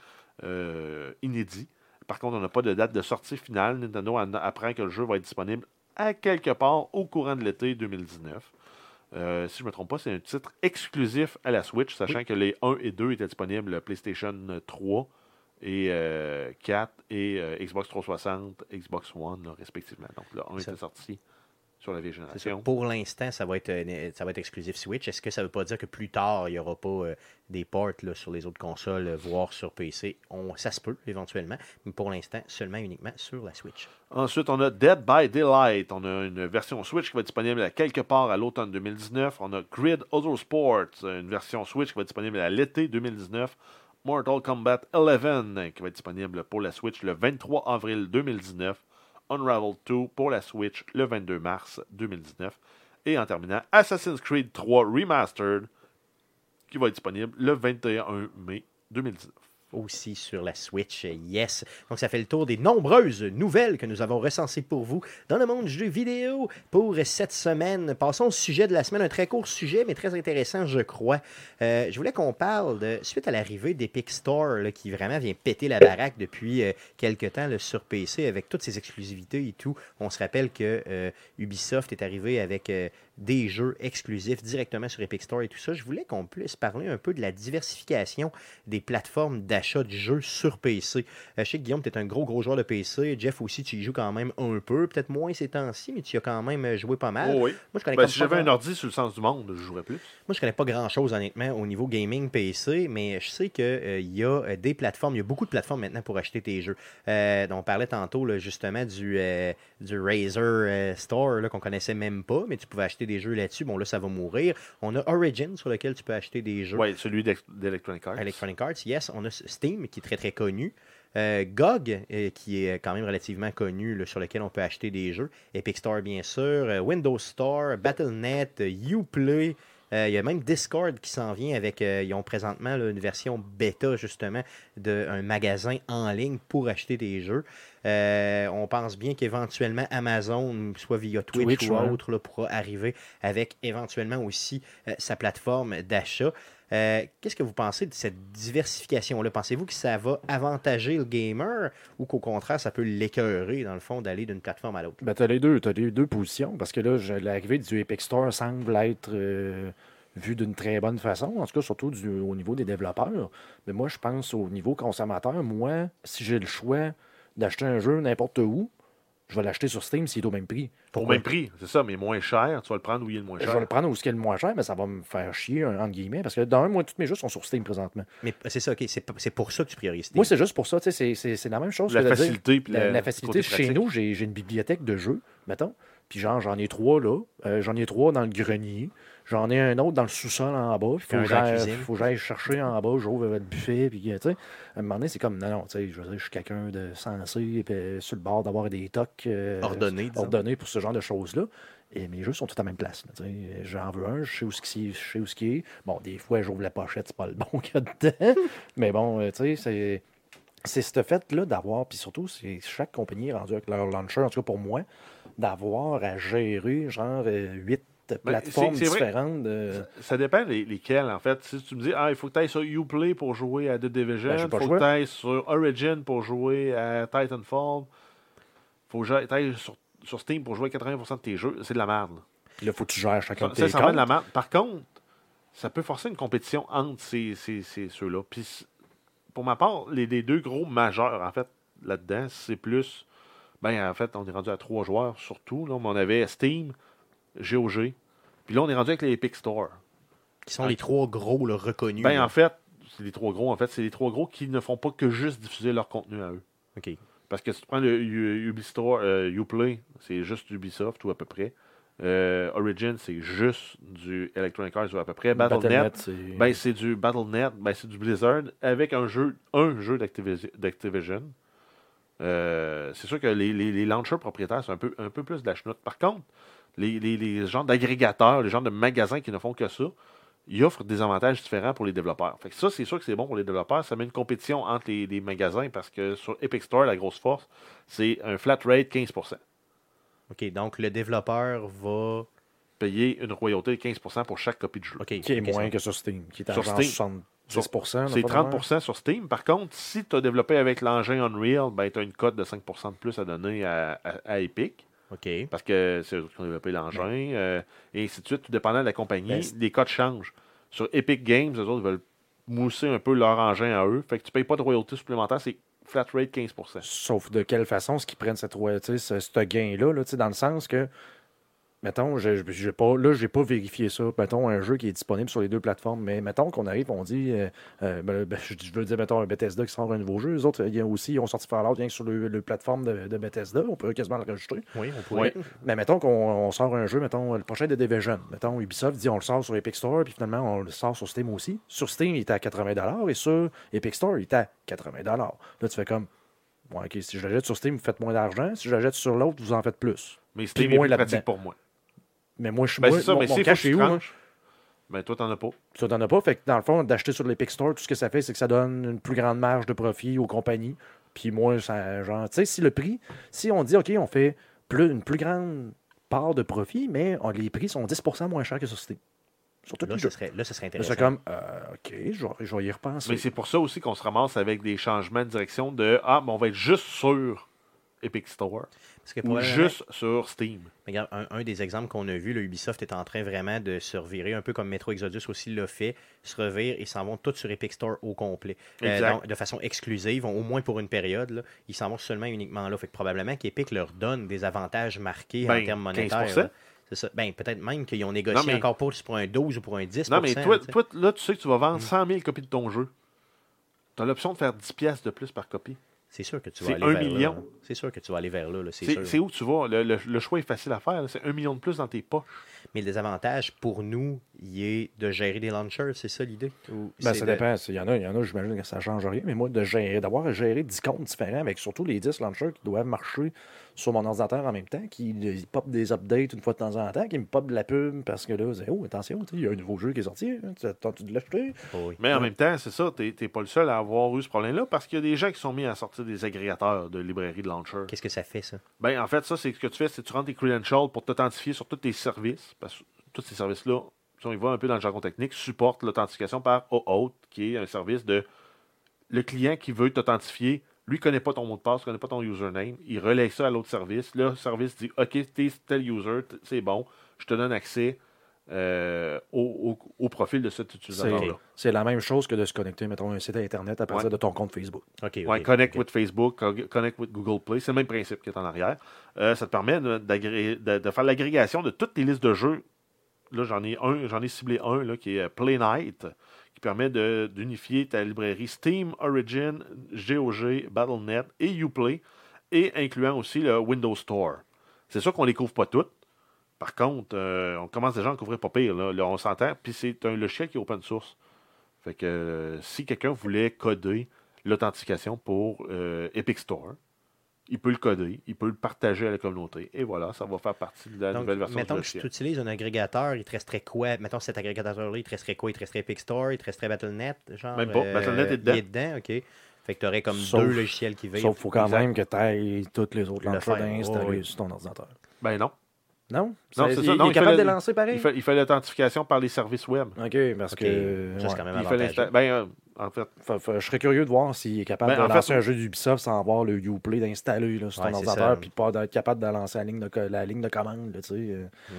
inédit. Par contre, on n'a pas de date de sortie finale. Nintendo apprend que le jeu va être disponible à quelque part au courant de l'été 2019. Si je ne me trompe pas, c'est un titre exclusif à la Switch, sachant que les 1 et 2 étaient disponibles PlayStation 3 et 4 et Xbox 360, Xbox One, là, respectivement. Donc, le 1 était sorti sur la vieille C'est ça. génération. Pour l'instant, ça va être exclusif Switch. Est-ce que ça ne veut pas dire que plus tard, il n'y aura pas des ports là, sur les autres consoles, voire sur PC? Ça se peut, éventuellement. Mais pour l'instant, seulement uniquement sur la Switch. Ensuite, on a Dead by Daylight. On a une version Switch qui va être disponible à quelque part à l'automne 2019. On a Grid Auto Sports, une version Switch qui va être disponible à l'été 2019. Mortal Kombat 11 qui va être disponible pour la Switch le 23 avril 2019. Unravel 2 pour la Switch le 22 mars 2019. Et en terminant, Assassin's Creed 3 Remastered qui va être disponible le 21 mai 2019. Aussi sur la Switch, yes. Donc ça fait le tour des nombreuses nouvelles que nous avons recensées pour vous dans le monde du jeu vidéo pour cette semaine. Passons au sujet de la semaine, un très court sujet mais très intéressant je crois. Je voulais qu'on parle de, suite à l'arrivée d'Epic Store là, qui vraiment vient péter la baraque depuis quelques temps là, sur PC avec toutes ses exclusivités et tout. On se rappelle que Ubisoft est arrivé avec des jeux exclusifs directement sur Epic Store et tout ça. Je voulais qu'on puisse parler un peu de la diversification des plateformes d'achat de jeux sur PC. Je sais que Guillaume, tu es un gros joueur de PC. Jeff aussi, tu y joues quand même un peu. Peut-être moins ces temps-ci, mais tu y as quand même joué pas mal. Oh oui. Moi, je connais Ben, comme si pas j'avais un grand- ordi sur le sens du monde, je jouerais plus. Moi, je connais pas grand-chose, honnêtement, au niveau gaming PC, mais je sais qu'il y a des plateformes, il y a beaucoup de plateformes maintenant pour acheter tes jeux. On parlait tantôt, là, justement, du Razer Store, là, qu'on connaissait même pas, mais tu pouvais acheter des jeux là-dessus. Bon, là, ça va mourir. On a Origin, sur lequel tu peux acheter des jeux. Oui, celui d'Electronic Arts. Electronic Arts, yes. On a Steam, qui est très connu. GOG, qui est quand même relativement connu, là, sur lequel on peut acheter des jeux. Epic Store, bien sûr. Windows Store, Battle.net, Uplay. Il y a même Discord qui s'en vient avec. Ils ont présentement là, une version bêta, justement, d'un magasin en ligne pour acheter des jeux. On pense bien qu'éventuellement Amazon, soit via Twitch ou autre, là, pourra arriver avec éventuellement aussi sa plateforme d'achat. Qu'est-ce que vous pensez de cette diversification-là? Pensez-vous que ça va avantager le gamer ou qu'au contraire, ça peut l'écœurer, dans le fond, d'aller d'une plateforme à l'autre? Ben, tu as les deux positions, parce que là, l'arrivée du Epic Store semble être vue d'une très bonne façon, en tout cas, surtout au niveau des développeurs. Mais moi, je pense au niveau consommateur. Moi, si j'ai le choix d'acheter un jeu n'importe où, je vais l'acheter sur Steam s'il est au même prix. Au même prix, c'est ça, mais moins cher. Tu vas le prendre où il est le moins cher. Je vais le prendre où il est le moins cher, mais ça va me faire chier, entre guillemets, parce que dans moi, tous mes jeux sont sur Steam présentement. Mais c'est ça, OK. C'est pour ça que tu priorises Steam. Moi, c'est juste pour ça. C'est la même chose. La facilité. La facilité. Chez nous, j'ai une bibliothèque de jeux, mettons. Puis genre, j'en ai 3 là. J'en ai 3 dans le grenier. J'en ai un autre dans le sous-sol en bas. Il faut que j'aille chercher en bas. J'ouvre le buffet. Puis, tu sais, à un moment donné, c'est comme, non, tu sais, je suis quelqu'un de sensé, puis sur le bord d'avoir des tocs ordonnés pour ce genre de choses-là. Et mes jeux sont tous à la même place. J'en veux un, je sais où ce qui est. Bon, des fois, j'ouvre la pochette, c'est pas le bon qu'il y a dedans. Mais bon, tu sais, c'est ce fait-là d'avoir, puis surtout, c'est chaque compagnie est rendue avec leur launcher, en tout cas pour moi, d'avoir à gérer genre 8 plateformes différentes. Ça dépend lesquelles, en fait. Si tu me dis, il faut que tu ailles sur Uplay pour jouer à The Division, il faut que tu ailles sur Origin pour jouer à Titanfall, il faut que tu ailles sur Steam pour jouer 80% de tes jeux, c'est de la merde. Puis là, il faut que tu gères chacun de tes comptes. C'est de la merde. Par contre, ça peut forcer une compétition entre ceux-là. Puis pour ma part, les deux gros majeurs, en fait, là-dedans, c'est plus... en fait, on est rendu à 3 joueurs, surtout. Là, mais on avait Steam, GOG, puis là, on est rendu avec les Epic Store. Qui sont les 3 gros là, reconnus. En fait, c'est les 3 gros. En fait, c'est les 3 gros qui ne font pas que juste diffuser leur contenu à eux. OK. Parce que si tu prends le Ubistore, Uplay, c'est juste Ubisoft ou à peu près. Origin, c'est juste du Electronic Arts ou à peu près. Battle.net, c'est du Battle.net, c'est du Blizzard avec un jeu d'Activision. C'est sûr que les launchers propriétaires, c'est un peu plus de la chenoute. Par contre, les genres d'agrégateurs, les genres de magasins qui ne font que ça, ils offrent des avantages différents pour les développeurs. Fait que ça, c'est sûr que c'est bon pour les développeurs. Ça met une compétition entre les magasins parce que sur Epic Store, la grosse force, c'est un flat rate 15%. OK, donc le développeur va payer une royauté de 15% pour chaque copie de jeu. Qui est moins que sur Steam, qui est à 70%. C'est 30% sur Steam. Par contre, si tu as développé avec l'engin Unreal, tu as une cote de 5% de plus à donner à Epic. OK. Parce que c'est eux qui ont développé l'engin. Et ainsi de suite, tout dépendant de la compagnie, les cotes changent. Sur Epic Games, eux autres veulent mousser un peu leur engin à eux. Fait que tu ne payes pas de royauté supplémentaire, c'est flat rate 15%. Sauf de quelle façon est-ce qu'ils prennent cette royauté, ce gain-là, là, dans le sens que, mettons, j'ai pas vérifié ça. Mettons, un jeu qui est disponible sur les 2 plateformes, mais mettons qu'on arrive, on dit, je veux dire, mettons, un Bethesda qui sort un nouveau jeu. Les autres, ils ont sorti Fallout rien que sur le plateforme de Bethesda. On peut quasiment le rajouter. Oui, on pourrait. Mais mettons qu'on sort un jeu, mettons, le prochain de Division. Mettons, Ubisoft dit on le sort sur Epic Store, puis finalement, on le sort sur Steam aussi. Sur Steam, il est à 80$, et sur Epic Store, il est à 80$. Là, tu fais comme, OK, si je l'achète sur Steam, vous faites moins d'argent. Si je l'achète sur l'autre, vous en faites plus. Mais Steam est plus pratique pour moi. Mais moi, je suis c'est ça, mais mon cash est où? Toi, t'en as pas. Toi, t'en as pas. Fait que dans le fond, d'acheter sur l'Epic Store, tout ce que ça fait, c'est que ça donne une plus grande marge de profit aux compagnies. Puis moi, ça, genre, tu sais, si on dit, OK, on fait une plus grande part de profit, mais les prix sont 10% moins chers que sur Steam. Surtout là, ce serait intéressant. C'est comme, OK, je vais y repenser. Mais c'est pour ça aussi qu'on se ramasse avec des changements de direction de, on va être juste sur Epic Store. Ou juste sur Steam. Regarde, un des exemples qu'on a vu, Ubisoft est en train vraiment de se revirer, un peu comme Metro Exodus aussi l'a fait, se revire et s'en vont tous sur Epic Store au complet. Donc, de façon exclusive, au moins pour une période, là, ils s'en vont seulement uniquement là. Fait que probablement qu'Epic leur donne des avantages marqués en termes monétaires. 15%? C'est ça. Peut-être même qu'ils ont négocié encore plus pour un 12 ou pour un 10%. Non, mais toi, là, tu sais que tu vas vendre 100 000 copies de ton jeu. Tu as l'option de faire 10$ de plus par copie. C'est sûr que tu vas aller vers 1 million. Là. C'est sûr que tu vas aller vers là. C'est où tu vas. Le choix est facile à faire. C'est 1 million de plus dans tes poches. Mais le désavantage pour nous, il est de gérer des launchers, c'est ça l'idée? Ou Ben, c'est ça de- dépend. Il y en a, j'imagine que ça ne change rien. Mais moi, d'avoir à gérer 10 comptes différents avec surtout les 10 launchers qui doivent marcher sur mon ordinateur en même temps, qui pop des updates une fois de temps en temps, qui me pop de la pub parce que là, oh, attention, il y a un nouveau jeu qui est sorti. Hein, t'as-tu de l'acheter? Oh, oui. Mais en même temps, c'est ça, t'es pas le seul à avoir eu ce problème-là parce qu'il y a des gens qui sont mis à sortir des agrégateurs de librairies de launcher. Qu'est-ce que ça fait, ça? Ben, en fait, ça, c'est ce que tu fais, c'est que tu rentres tes credentials pour t'authentifier sur tous tes services. Parce que tous ces services-là, si on y va un peu dans le jargon technique, supportent l'authentification par OAuth, qui est un service de le client qui veut t'authentifier. Lui ne connaît pas ton mot de passe, ne connaît pas ton username. Il relaie ça à l'autre service. Le service dit OK, t'es tel user, c'est bon, je te donne accès au profil de cet utilisateur-là. C'est la même chose que de se connecter, mettons, à un site Internet à partir de ton compte Facebook. OK. Ouais, connect with Facebook, connect with Google Play. C'est le même principe qui est en arrière. Ça te permet de faire l'agrégation de toutes tes listes de jeux. Là, j'en ai ciblé un là, qui est Play Night, qui permet d'unifier ta librairie Steam, Origin, GOG, Battle.net et Uplay, et incluant aussi le Windows Store. C'est sûr qu'on ne les couvre pas toutes. Par contre, on commence déjà à en couvrir pas pire. Là, on s'entend. Puis c'est un logiciel qui est open source. Fait que si quelqu'un voulait coder l'authentification pour Epic Store, il peut le coder, il peut le partager à la communauté. Et voilà, ça va faire partie de la Donc, nouvelle version du mettons que si logiciel. tu utilises un agrégateur, il te resterait quoi? Mettons cet agrégateur-là, il te resterait quoi? Il te resterait Epic Store, il te resterait Battle.net? Genre, Même pas. Battle.net est dedans. Il est dedans, OK. Fait que tu aurais comme Sauf- deux logiciels qui vivent. Sauf qu'il faut quand Exact. même que tu ailles tous les autres Le launchers faire, d'installer oui. sur ton ordinateur. Ben non. Non? Non, c'est ça. Il Non, est il capable fait de les lancer pareil? Il fait l'authentification par les services web. OK, parce OK. que... Ça, c'est ouais. quand même Il fait avantageux. en fait, Je serais curieux de voir s'il est capable Ben, de en lancer fait- un jeu d'Ubisoft sans avoir le Uplay d'installer là, sur Ouais, ton c'est ordinateur, ça. puis pas d'être capable de lancer la ligne de commande. Là, tu sais,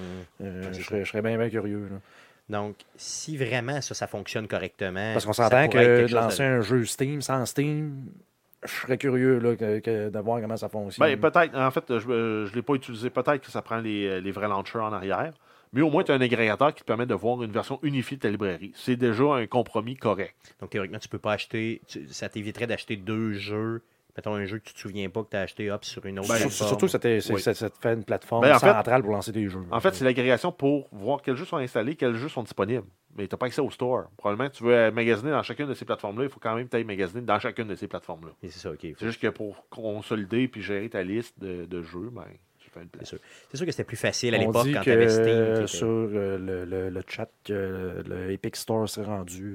je serais bien curieux. Là. Donc, si vraiment ça fonctionne correctement. Parce qu'on ça s'entend pourrait être que quelque de chose lancer un jeu Steam sans Steam, je serais curieux là, de voir comment ça fonctionne. ben, peut-être, en fait, je ne l'ai pas utilisé. Peut-être que ça prend les vrais launchers en arrière. Mais au moins, tu as un agrégateur qui te permet de voir une version unifiée de ta librairie. C'est déjà un compromis correct. Donc, théoriquement, tu peux pas acheter. Ça t'éviterait d'acheter deux jeux. Mettons un jeu que tu te souviens pas que tu as acheté hop, sur une autre Ben, plateforme. Surtout que ça Oui. te fait une plateforme Ben, en fait- centrale pour lancer des jeux. En fait, c'est l'agrégation pour voir quels jeux sont installés, quels jeux sont disponibles. Mais tu n'as pas accès au store. Probablement que tu veux magasiner dans chacune de ces plateformes-là. Il faut quand même que tu ailles magasiner dans chacune de ces plateformes-là. Et c'est ça, OK. C'est juste que pour consolider puis gérer ta liste de jeux, ben, tu fais une place. C'est sûr. C'est sûr que c'était plus facile à On l'époque dit quand que tu avais Steam. qui était- sur le chat, que le Epic Store serait rendu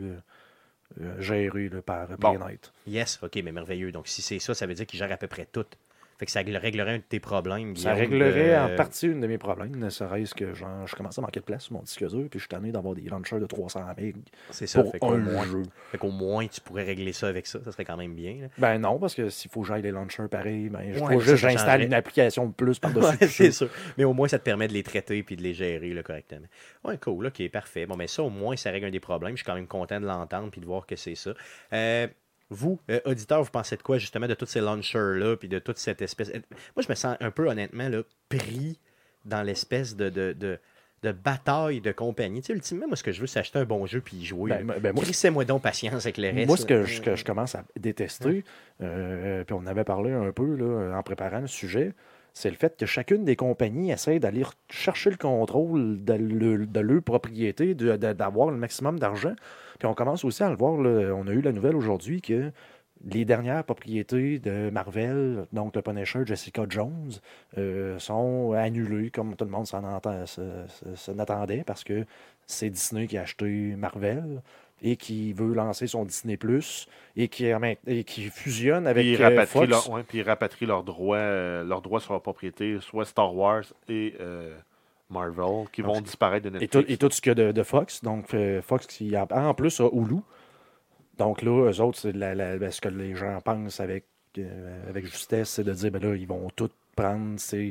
géré là, par Bon. Play-Night. Yes, OK, mais merveilleux. Donc, si c'est ça, ça veut dire qu'il gère à peu près tout. Fait que ça réglerait un de tes problèmes. Ça Guillaume, réglerait de- en partie une de mes problèmes, ne serait-ce que genre, je commençais à manquer de place sur mon disque dur, puis je suis tanné d'avoir des launchers de 300 MB C'est ça. pour Fait qu'au un moins, jeu. fait qu'au moins, tu pourrais régler ça avec ça. Ça serait quand même bien. là. Ben non, parce que s'il faut que j'aille les launchers pareil, ben, il Ouais, faut ça, juste que ça j'installe changerait. une application de plus par-dessus Ouais, le c'est jeu. sûr. Mais au moins, ça te permet de les traiter et de les gérer là, correctement. Ouais, cool. OK, parfait. Bon, mais ça, au moins, ça règle un des problèmes. Je suis quand même content de l'entendre et de voir que c'est ça. Vous, auditeurs, vous pensez de quoi justement de tous ces launchers-là puis de toute cette espèce. Moi, je me sens un peu, honnêtement, là, pris dans l'espèce de bataille de compagnie. Tu sais, ultimement, moi, ce que je veux, c'est acheter un bon jeu puis y jouer. Ben, moi, Crissez-moi donc patience avec le reste. Moi, ce là. que je commence à détester, puis on avait parlé un peu là, en préparant le sujet, c'est le fait que chacune des compagnies essaie d'aller chercher le contrôle de leur propriété, d'avoir le maximum d'argent. Puis on commence aussi à le voir, là, on a eu la nouvelle aujourd'hui que les dernières propriétés de Marvel, donc le Punisher, Jessica Jones, sont annulées, comme tout le monde s'en attendait, parce que c'est Disney qui a acheté Marvel et qui veut lancer son Disney+, et qui fusionne avec Puis ils Fox. rapatrient leurs droits sur leur propriété, soit Star Wars et Marvel, qui vont disparaître de Netflix. Et tout ce qu'il y a de Fox. Donc, Fox qui en plus a Hulu. Donc là, eux autres, c'est ce que les gens pensent avec justesse, c'est de dire, ben là, ils vont tout prendre c'est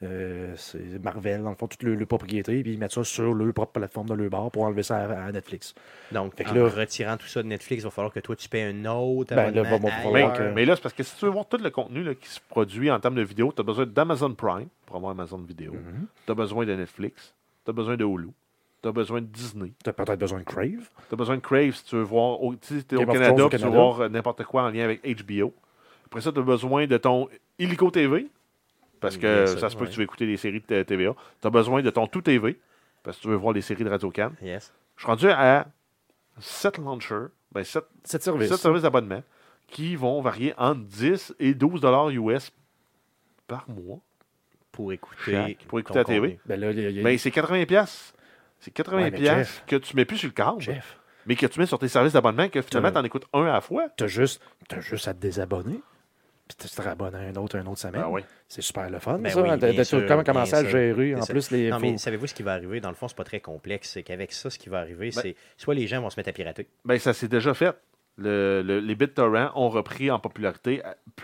Marvel, dans le fond, toutes leurs propriétés, puis ils mettent ça sur leur propre plateforme de leur bar pour enlever ça à Netflix. Donc, Fait que en là- retirant tout ça de Netflix, il va falloir que toi, tu paies un autre Ben, là, abonnement va falloir ailleurs. que- Mais là, c'est parce que si tu veux voir tout le contenu là, qui se produit en termes de vidéos, tu as besoin d'Amazon Prime pour avoir Amazon Vidéo. Tu as besoin de Netflix. Tu as besoin de Hulu. Tu as besoin de Disney. Tu as peut-être besoin de Crave. Tu as besoin de Crave si tu veux voir. Si tu es au Game of Canada, Thrones au puis tu veux Canada. voir n'importe quoi en lien avec HBO. Après ça, tu as besoin de ton Illico TV. Parce que Bien sûr, ça se peut ouais. que tu veux écouter des séries de TVA. Tu as besoin de ton Tout TV. Parce que tu veux voir les séries de Radio-Can. Yes. Je suis rendu à 7 launchers, 7 services d'abonnement qui vont varier entre 10 et 12 $ US par mois Pour écouter la TV. C'est 80$. C'est 80$ que tu ne mets plus sur le câble, mais que tu mets sur tes services d'abonnement, que finalement, tu en écoutes un à la fois. Tu as juste à te désabonner, puis tu te réabonnes à un autre semaine. Ah oui. C'est super le fun, Ben ça. oui, De commencer à gérer. C'est En ça. plus, mais savez-vous ce qui va arriver? Dans le fond, c'est pas très complexe. C'est qu'avec ça, ce qui va arriver, c'est soit les gens vont se mettre à pirater. Ça s'est déjà fait. Les BitTorrent ont repris en popularité.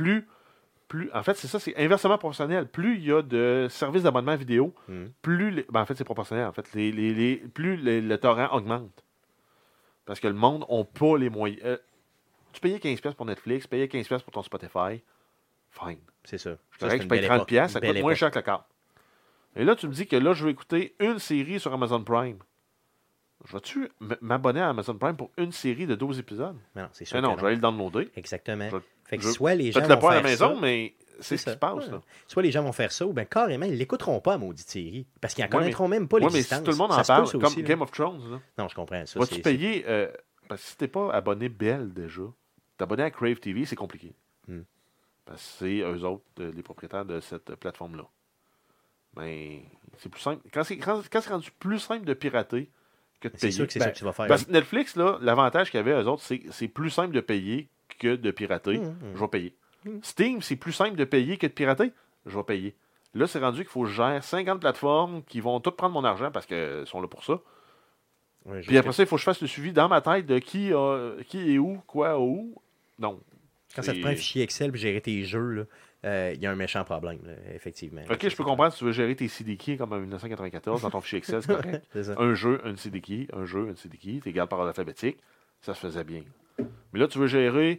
En fait, c'est ça, c'est inversement proportionnel. Plus il y a de services d'abonnement vidéo, plus... en fait, c'est proportionnel. En fait, plus le torrent augmente. Parce que le monde n'a pas les moyens. Tu payais 15$ pour Netflix, payais 15$ pour ton Spotify. Fine. C'est ça. Je paye 30$, ça coûte moins cher que le câble. Et là, tu me dis que là, je vais écouter une série sur Amazon Prime. Je vais-tu m'abonner à Amazon Prime pour une série de 12 épisodes? Non, c'est sûr. Non, je vais aller le downloader. Exactement. Fait que soit les gens peut-être le vont pas à faire la maison, ça, mais c'est ce qui se passe. Là. Soit les gens vont faire ça, ou bien carrément, ils l'écouteront pas à maudite série. Parce qu'ils n'en connaîtront même pas l'existence. Mais si tout le monde en parle, comme Game of Thrones. Là. Non, je comprends ça. Vas-tu payer... parce que si t'es pas abonné Bell déjà, t'es abonné à Crave TV, c'est compliqué. Parce que c'est eux autres, les propriétaires de cette plateforme-là. Mais c'est plus simple. Quand c'est rendu plus simple de pirater que de payer... C'est sûr que c'est ça que tu vas faire. Parce que Netflix, là, l'avantage qu'il y avait, eux autres, c'est plus simple de payer que de pirater. Je vais payer. Steam, c'est plus simple de payer que de pirater. Je vais payer. Là, c'est rendu qu'il faut que je gère 50 plateformes qui vont toutes prendre mon argent parce qu'elles sont là pour ça. Puis après ça, il faut que je fasse le suivi dans ma tête de qui est où, quoi, où. Non. Quand ça te prend un fichier Excel pour gérer tes jeux, il y a un méchant problème, là, effectivement. OK, je peux comprendre si tu veux gérer tes CD keys comme en 1994 dans ton fichier Excel, c'est correct. C'est ça. Un jeu, un CD key, un jeu, un CD key, tu gardes par ordre alphabétique, ça se faisait bien. Mais là, tu veux gérer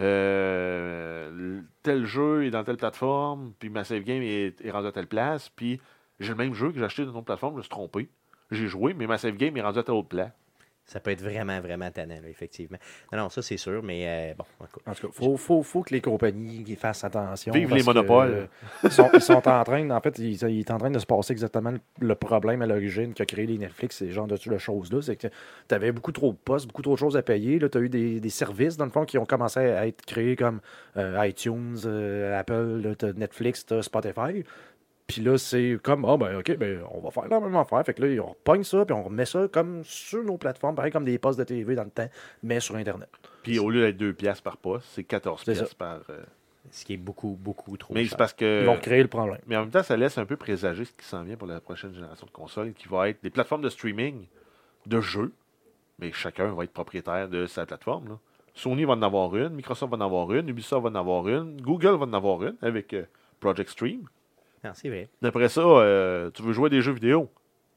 tel jeu est dans telle plateforme, puis ma save game est rendue à telle place, puis j'ai le même jeu que j'ai acheté dans une autre plateforme, je me suis trompé. J'ai joué, mais ma save game est rendue à telle autre place. Ça peut être vraiment, vraiment tannant, là, effectivement. Non, ça, c'est sûr, mais bon. En tout cas, faut que les compagnies fassent attention. Vive les monopoles. Ils sont en train, en fait, il est en train de se passer exactement le problème à l'origine qui a créé les Netflix, ces genres de choses-là. C'est que tu avais beaucoup trop de postes, beaucoup trop de choses à payer. Tu as eu des services, dans le fond, qui ont commencé à être créés comme iTunes, Apple, là, t'as Netflix, t'as Spotify. Puis là, c'est comme, OK, on va faire la même affaire. Fait que là, on repogne ça, puis on remet ça comme sur nos plateformes, pareil comme des postes de TV dans le temps, mais sur Internet. Puis au lieu d'être 2$ par poste, c'est 14$ par... Ce qui est beaucoup, beaucoup trop mais cher. c'est parce que... Ils vont créer le problème. Mais en même temps, ça laisse un peu présager ce qui s'en vient pour la prochaine génération de consoles, qui va être des plateformes de streaming de jeux, mais chacun va être propriétaire de sa plateforme. Là. Sony va en avoir une, Microsoft va en avoir une, Ubisoft va en avoir une, Google va en avoir une avec Project Stream. Non, c'est vrai. D'après ça, tu veux jouer à des jeux vidéo.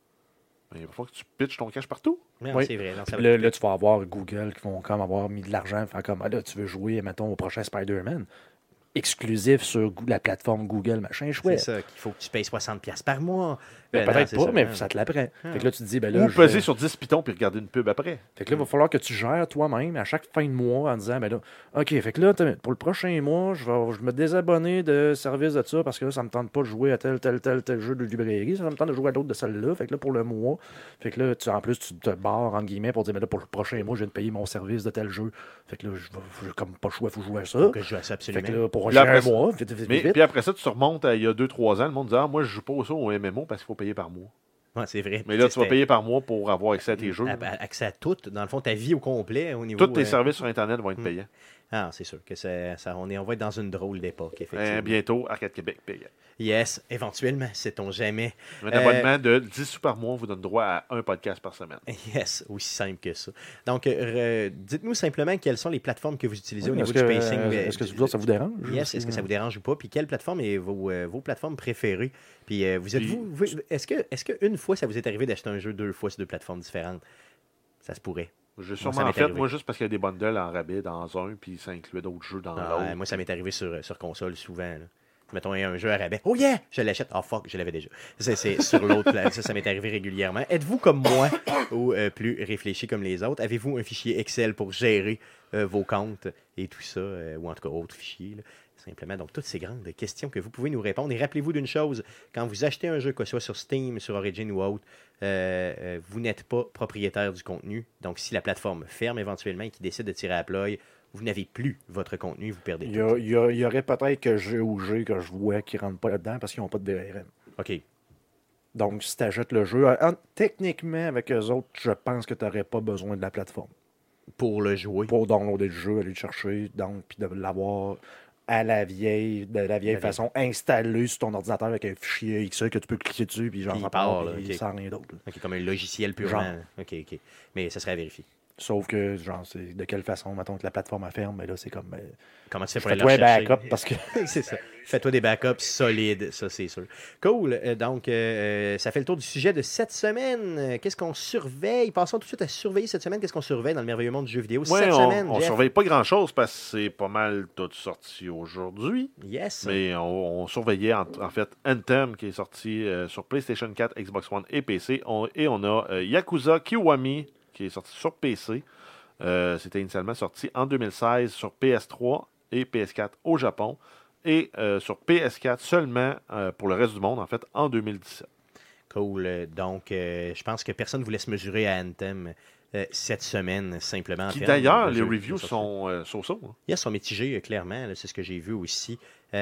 Mais il va falloir que tu pitches ton cash partout. Non, Oui. c'est vrai. Non, ça Là, tu vas avoir Google qui vont comme avoir mis de l'argent, faire comme, là, tu veux jouer, mettons, au prochain Spider-Man. Exclusif sur la plateforme Google, machin, chouette. C'est ça, qu'il faut que tu payes 60$ par mois. Ben, Non, peut-être c'est pas, ça, mais hein. ça te l'apprend. Fait que là, tu te dis, ben là, Ou peser sur 10 pitons puis regarder une pub après. Fait que là, il va falloir que tu gères toi-même à chaque fin de mois en disant, ben là, OK, fait que là, pour le prochain mois, je vais me désabonner de service de ça parce que là, ça me tente pas de jouer à tel jeu de librairie. Ça me tente de jouer à d'autres de celle-là. Fait que là, pour le mois, fait que là, en plus, tu te barres, entre guillemets, pour dire, ben là, pour le prochain mois, je viens de payer mon service de tel jeu. Fait que là, j'ai comme pas le choix, il faut jouer à ça. Faut que je joue à ça Fait absolument. que là, pour Là, un après mois, vite. Puis après ça, tu remontes à il y a 2-3 ans, le monde dit moi, je joue pas au ça au MMO parce qu'il faut payer par mois. Ouais, c'est vrai. Mais là, tu vas payer par mois pour avoir accès à tes jeux. Accès à tout, dans le fond, ta vie au complet au niveau. Tous tes services sur Internet vont être payants. Ah, c'est sûr que on va être dans une drôle d'époque, effectivement. Bientôt, Arcade Québec payant. Yes, éventuellement, sait-on jamais. Un abonnement de 10 sous par mois vous donne droit à un podcast par semaine. Yes, aussi simple que ça. Donc, dites-nous simplement quelles sont les plateformes que vous utilisez au niveau Est-ce du que, pacing. Est-ce que ça vous dérange? Yes, est-ce que ça vous dérange ou pas? Puis quelle plateforme est vos plateformes préférées? Puis est-ce qu'une fois, ça vous est arrivé d'acheter un jeu 2 fois sur 2 plateformes différentes? Ça se pourrait. J'ai ça sûrement m'est fait, arrivé. moi, juste parce qu'il y a des bundles en rabais dans un, puis ça incluait d'autres jeux dans l'autre. Moi, ça m'est arrivé sur console souvent. Là. Mettons, il y a un jeu à rabais. Oh yeah! Je l'achète. Oh fuck, je l'avais déjà. C'est sur l'autre plan. Ça m'est arrivé régulièrement. Êtes-vous comme moi ou plus réfléchi comme les autres? Avez-vous un fichier Excel pour gérer vos comptes et tout ça, ou en tout cas autres fichiers. Là. Simplement, donc toutes ces grandes questions que vous pouvez nous répondre. Et rappelez-vous d'une chose, quand vous achetez un jeu, que ce soit sur Steam, sur Origin ou autre, vous n'êtes pas propriétaire du contenu. Donc si la plateforme ferme éventuellement et qu'il décide de tirer à ploy, vous n'avez plus votre contenu, vous perdez tout. Il y aurait peut-être que G ou G que je vois qui ne rentrent pas là-dedans parce qu'ils n'ont pas de DRM. OK. Donc, si tu achètes le jeu, techniquement, avec eux autres, je pense que tu n'aurais pas besoin de la plateforme. Pour le jouer. Pour downloader le jeu, aller le chercher, donc, puis de l'avoir de la vieille façon, installé sur ton ordinateur avec un fichier Excel que tu peux cliquer dessus, puis genre, Puis ça il part, part, là, puis ok. sans rien d'autre. Là. OK, comme un logiciel purement. OK. Mais ça serait à vérifier. Sauf que, genre, c'est de quelle façon, mettons que la plateforme ferme, mais là, c'est comme... Comment tu fais pour aller fais-toi le un chercher? backup, parce que... C'est ça. Fais-toi des backups solides, ça c'est sûr. Cool. Donc, ça fait le tour du sujet de cette semaine. Qu'est-ce qu'on surveille? Passons tout de suite à surveiller cette semaine. Qu'est-ce qu'on surveille dans le merveilleux monde du jeu vidéo Ouais, cette semaine, on Jeff? surveille pas grand-chose parce que c'est pas mal tout sorti aujourd'hui. Yes. Mais on surveillait en fait Anthem qui est sorti sur PlayStation 4, Xbox One et PC. Et on a Yakuza Kiwami qui est sorti sur PC. C'était initialement sorti en 2016 sur PS3 et PS4 au Japon. Et sur PS4 seulement pour le reste du monde, en fait, en 2017. Cool. Donc, je pense que personne ne vous laisse mesurer à Anthem cette semaine, simplement. Qui d'ailleurs, les reviews sont so-so. Hein. Ils sont mitigés, clairement. Là, c'est ce que j'ai vu aussi.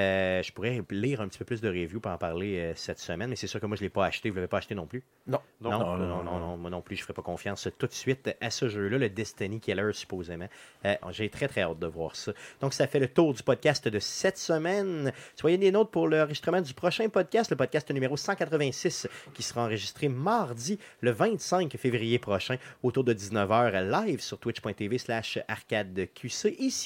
Je pourrais lire un petit peu plus de reviews pour en parler cette semaine, mais c'est sûr que moi, je ne l'ai pas acheté. Vous ne l'avez pas acheté non plus? Non. Non, moi non plus, je ne ferai pas confiance tout de suite à ce jeu-là, le Destiny Killer, supposément. J'ai très, très hâte de voir ça. Donc, ça fait le tour du podcast de cette semaine. Soyez des nôtres pour l'enregistrement du prochain podcast, le podcast numéro 186, qui sera enregistré mardi, le 25 février prochain, autour de 19h, live sur twitch.tv/arcadeqc. Ici,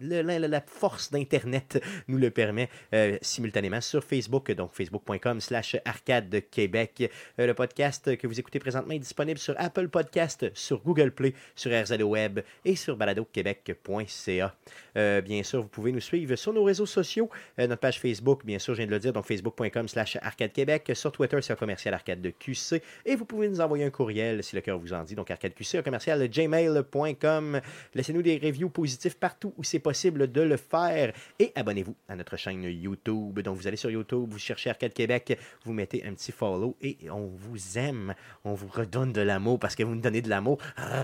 la force d'Internet nous le permet simultanément sur Facebook, donc facebook.com/Arcade Québec. Le podcast que vous écoutez présentement est disponible sur Apple Podcast, sur Google Play, sur RZO Web et sur baladoquebec.ca. Bien sûr, vous pouvez nous suivre sur nos réseaux sociaux, notre page Facebook, bien sûr, je viens de le dire, donc facebook.com/Arcade Québec. Sur Twitter, c'est un commercial Arcade de QC. Et vous pouvez nous envoyer un courriel si le cœur vous en dit, donc arcadeqc, un commercial gmail.com. Laissez-nous des reviews positifs partout où c'est possible de le faire. Et abonnez-vous à notre chaîne YouTube. Donc, vous allez sur YouTube, vous cherchez Arcade Québec, vous mettez un petit follow et on vous aime. On vous redonne de l'amour parce que vous nous donnez de l'amour.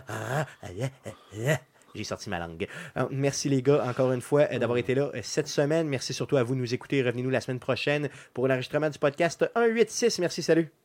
J'ai sorti ma langue. Merci les gars, encore une fois, d'avoir été là cette semaine. Merci surtout à vous de nous écouter. Revenez-nous la semaine prochaine pour l'enregistrement du podcast 186. Merci, salut.